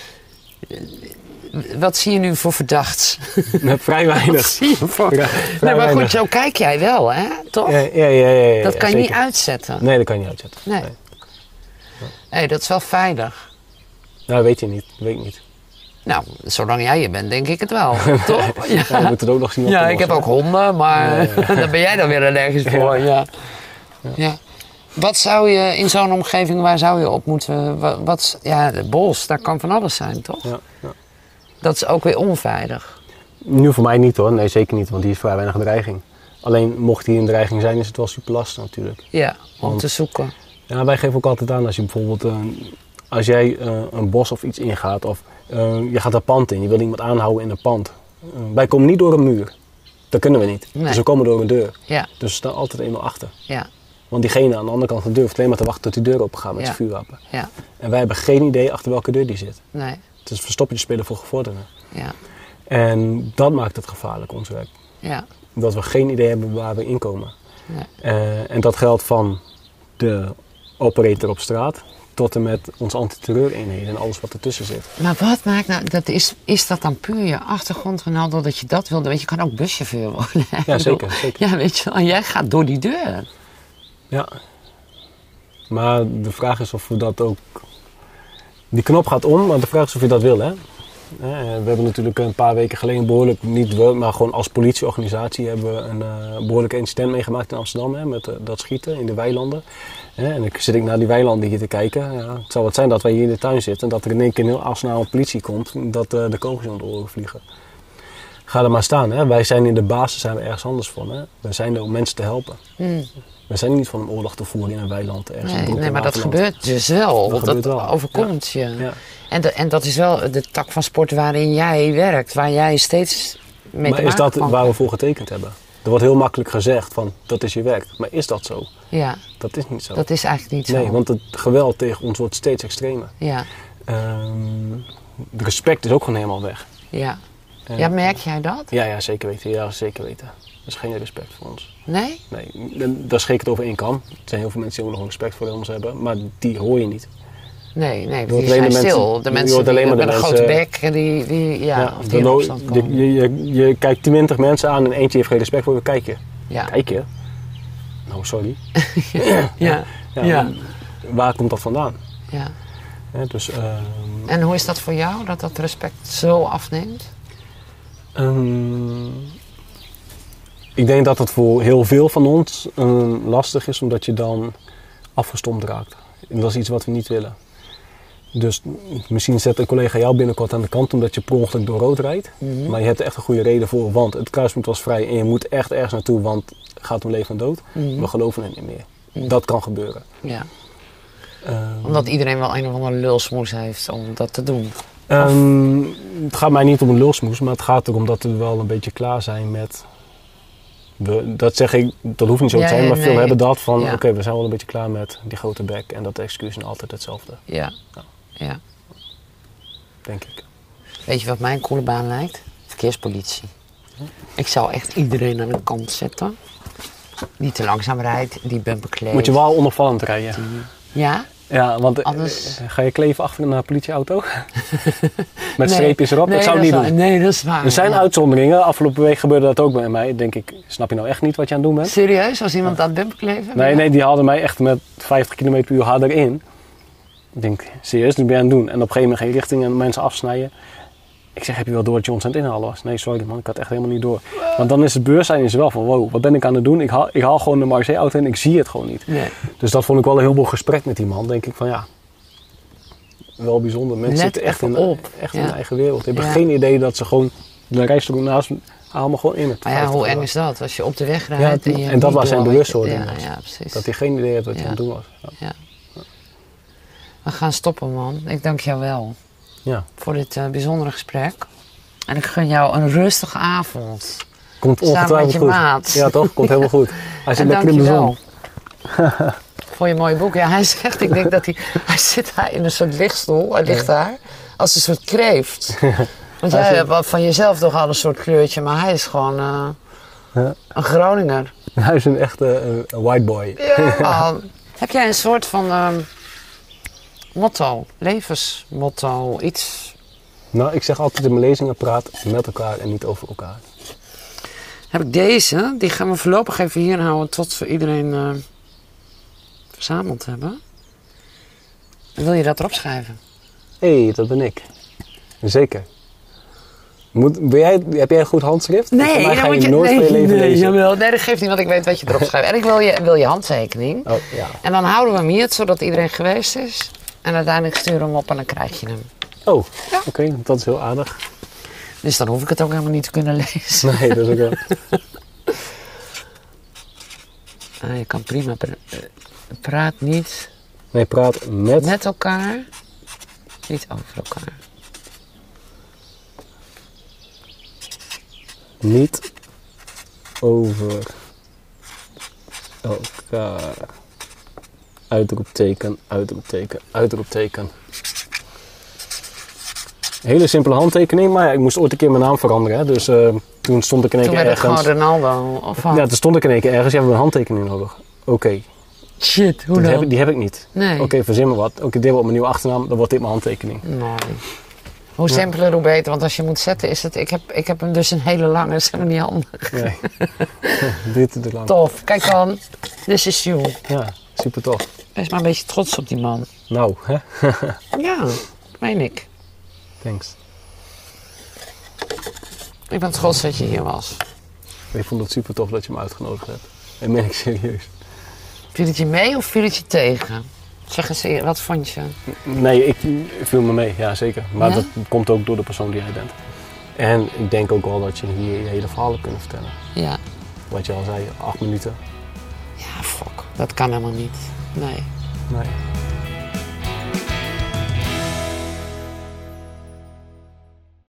Wat zie je nu voor verdachts? Nee, vrij Wat weinig. zie je voor... Vrij, vrij Nee, maar goed, weinig. zo kijk jij wel, hè? Toch? Ja, ja, ja, ja, ja, Dat kan je zeker. niet uitzetten. Nee, dat kan je niet uitzetten. Nee. Hé, dat is wel veilig. Nou, weet je niet. Weet ik niet. Nou, zolang jij je bent, denk ik het wel. Toch? Ja, we moeten het ook nog zien op te Ja, ik heb lossen, ook hè. honden, maar Ja, ja. daar ben jij dan weer allergisch voor. Ja. Ja. Ja. Wat zou je in zo'n omgeving, waar zou je op moeten? Wat, wat, ja, het bos, daar kan van alles zijn, toch? Ja, ja. Dat is ook weer onveilig. Nu voor mij niet hoor. Nee, zeker niet. Want hier is vrij weinig dreiging. Alleen mocht hier een dreiging zijn, is het wel super lastig natuurlijk. Ja, om Want- te zoeken. Ja, wij geven ook altijd aan als je bijvoorbeeld, uh, als jij uh, een bos of iets ingaat of uh, je gaat een pand in, je wil iemand aanhouden in een pand. Uh, wij komen niet door een muur. Dat kunnen we niet. Nee. Dus we komen door een deur. Ja, Dus we staan altijd eenmaal achter. ja, Want diegene aan de andere kant van de deur hoeft alleen maar te wachten tot die deur open gaat met Ja. zijn vuurwapen. ja, En wij hebben geen idee achter welke deur die zit. nee, Het is verstoppertje spelen voor gevorderden. ja, En dat maakt het gevaarlijk, ons werk. ja, Omdat we geen idee hebben waar we inkomen. nee. Uh, en dat geldt van de operator op straat tot en met onze antiterreureenheden en alles wat ertussen zit. Maar wat maakt nou, dat is, is dat dan puur je achtergrond, Ronaldo, dat je dat wilde? Weet je, je kan ook buschauffeur worden. hè? Ja, Ik zeker, bedoel, zeker. Ja, weet je wel, jij gaat door die deur. Ja. Maar de vraag is of we dat ook Die knop gaat om, maar de vraag is of je dat wil, hè? We hebben natuurlijk een paar weken geleden behoorlijk, niet we, maar gewoon als politieorganisatie hebben we een uh, behoorlijk incident meegemaakt in Amsterdam, hè, met uh, dat schieten in de weilanden. Hè, en dan zit ik naar die weilanden hier te kijken. Ja, het zou wat zijn dat wij hier in de tuin zitten en dat er in één keer als nou een politie komt, dat uh, de kogels om de oren vliegen. Ga er maar staan, hè. Wij zijn in de basis zijn we ergens anders van, hè. We zijn er om mensen te helpen. Mm. We zijn niet van een oorlog te voeren in een weiland. Ergens nee, in nee, maar dat gebeurt dus wel. Dat, dat wel. overkomt ja. je. Ja. En, de, en dat is wel de tak van sport waarin jij werkt, waar jij steeds mee maar te is dat kan. waar we voor getekend hebben? Er wordt heel makkelijk gezegd van dat is je werk. Maar is dat zo? Ja. Dat is niet zo. Dat is eigenlijk niet zo. Nee, want het geweld tegen ons wordt steeds extremer. Ja. Um, de respect is ook gewoon helemaal weg. Ja. Uh, ja, merk jij dat? Ja, ja, zeker weten. Ja, zeker weten. Er is geen respect voor ons. Nee? Nee, daar schrik ik het over één kam. Er zijn heel veel mensen die ook nog respect voor ons hebben, maar die hoor je niet. Nee, nee, die zijn de stil. Mensen, de mensen die, die met een grote bek, die, die, ja, ja, of die in opstand komen. Je, je, je kijkt twintig mensen aan en eentje heeft geen respect voor je. Kijk je. Ja. Kijk je? Nou, sorry. ja. Ja. Ja, ja. Waar komt dat vandaan? Ja. Ja, dus, um, en hoe is dat voor jou, dat dat respect zo afneemt? Um, ik denk dat het voor heel veel van ons um, lastig is, omdat je dan afgestompt raakt. En dat is iets wat we niet willen. Dus misschien zet een collega jou binnenkort aan de kant omdat je per ongeluk door rood rijdt. Mm-hmm. Maar je hebt er echt een goede reden voor, want het kruispunt was vrij en je moet echt ergens naartoe, want het gaat om leven en dood. Mm-hmm. We geloven het niet meer. Mm-hmm. Dat kan gebeuren. Ja. Um, omdat iedereen wel een of andere lulsmoes heeft om dat te doen. Um, het gaat mij niet om een lulsmoes, maar het gaat erom dat we wel een beetje klaar zijn met... We, dat zeg ik, dat hoeft niet zo ja, te zijn, ja, maar nee. veel hebben dat van... Ja. Oké, okay, we zijn wel een beetje klaar met die grote bek en dat de excuus altijd hetzelfde. Ja. Ja. ja. Denk ik. Weet je wat mijn coole baan lijkt? Verkeerspolitie. Hm? Ik zou echt iedereen aan de kant zetten. Die te langzaam rijdt, die bumper kleeft. Moet je wel onopvallend rijden. Die... Ja? Ja, want Anders... ga je kleven achter een politieauto? Met nee, streepjes erop? Nee, dat zou ik niet waar. doen. Nee, dat is waar. Er zijn ja. uitzonderingen. Afgelopen week gebeurde dat ook bij mij. Denk ik, snap je nou echt niet wat je aan het doen bent? Serieus? Was iemand ja. aan het bumperkleven? Nee, nee, die hadden mij echt met vijftig kilometer per uur harder in. Ik denk, serieus, dat ben je aan het doen. En op een gegeven moment geen richting en mensen afsnijden. Ik zeg, heb je wel door dat je ons aan het inhalen was? Nee, sorry man, ik had echt helemaal niet door. Want dan is het bewustzijn is wel van, wow, wat ben ik aan het doen? Ik haal, ik haal gewoon de Marseille-auto en ik zie het gewoon niet. Nee. Dus dat vond ik wel een heel mooi gesprek met die man. Denk ik van, ja, wel bijzonder. Mensen Let zitten echt, in, op. echt ja. in hun eigen wereld. Ze hebben ja. geen idee dat ze gewoon de rijstrook naast haal me gewoon in het. Maar ja, hoe eng is dat? Als je op de weg rijdt ja, en je En dat was zijn bewustwording. Ja, ja, precies. Dat hij geen idee had wat hij ja. aan het doen was. Ja. Ja. We gaan stoppen, man. Ik dank jou wel ja. voor dit uh, bijzondere gesprek. En ik gun jou een rustige avond. Komt ongetwijfeld goed. Maat. Ja, toch? Komt helemaal goed. Hij zit lekker in de zon. Voor je mooie boek. Ja, hij zegt, ik denk dat hij... Hij zit daar in een soort lichtstoel. Hij ligt daar. Als een soort kreeft. Want jij hebt van jezelf toch al een soort kleurtje. Maar hij is gewoon uh, ja. een Groninger. Hij is een echte uh, white boy. Ja. Heb jij een soort van uh, motto? Levensmotto? Iets... Nou, ik zeg altijd in mijn lezingen, praat met elkaar en niet over elkaar. Heb ik deze, die gaan we voorlopig even hier houden tot we iedereen uh, verzameld hebben. Wil je dat erop schrijven? Hé, hey, dat ben ik. Zeker. Moet, ben jij, heb jij een goed handschrift? Nee, mij ga je, je nooit nee, van je leven nee, lezen. Jawel, nee, dat geeft niet, want ik weet wat je erop schrijft. En ik wil je, wil je handtekening. Oh, ja. En dan houden we hem hier, zodat iedereen geweest is. En uiteindelijk sturen we hem op en dan krijg je hem. Oh, ja. oké, okay, dat is heel aardig. Dus dan hoef ik het ook helemaal niet te kunnen lezen. Nee, dat is ook wel. ah, je kan prima pra praat niet. Nee, praat met. Met elkaar. Niet over elkaar. Niet over elkaar. Uitroepteken, uitroepteken, uitroepteken. Hele simpele handtekening, maar ja, ik moest ooit een keer mijn naam veranderen. Hè. Dus uh, toen stond ik in één keer ergens... Toen werd het gewoon Ronaldo, of wat? Ja, toen stond ik in één keer ergens, je hebt een handtekening nodig. Oké. Okay. Shit, hoe dan? dan? Heb, die heb ik niet. Nee. Oké, okay, verzin me wat. Oké, okay, dit wordt mijn nieuwe achternaam, dan wordt dit mijn handtekening. Nee. Hoe simpeler, hoe beter. Want als je moet zetten, is het... Ik heb, ik heb hem dus een hele lange, dat is helemaal niet handig. Nee. Dit is de lang. Tof. Kijk dan. This is you. Ja, super tof. Wees maar een beetje trots op die man. Nou, hè? Ja. Meen ik. Thanks. Ik ben trots dat je hier was. Ik vond het super tof dat je me uitgenodigd hebt. En ben ik serieus. Viel het je mee of viel het je tegen? Zeg eens, eer- wat vond je? Nee, ik viel me mee, ja zeker. Maar Ja? dat komt ook door de persoon die jij bent. En ik denk ook wel dat je hier je hele verhaal hebt kunnen vertellen. Ja. Wat je al zei, acht minuten. Ja, fuck. Dat kan helemaal niet. Nee. Nee.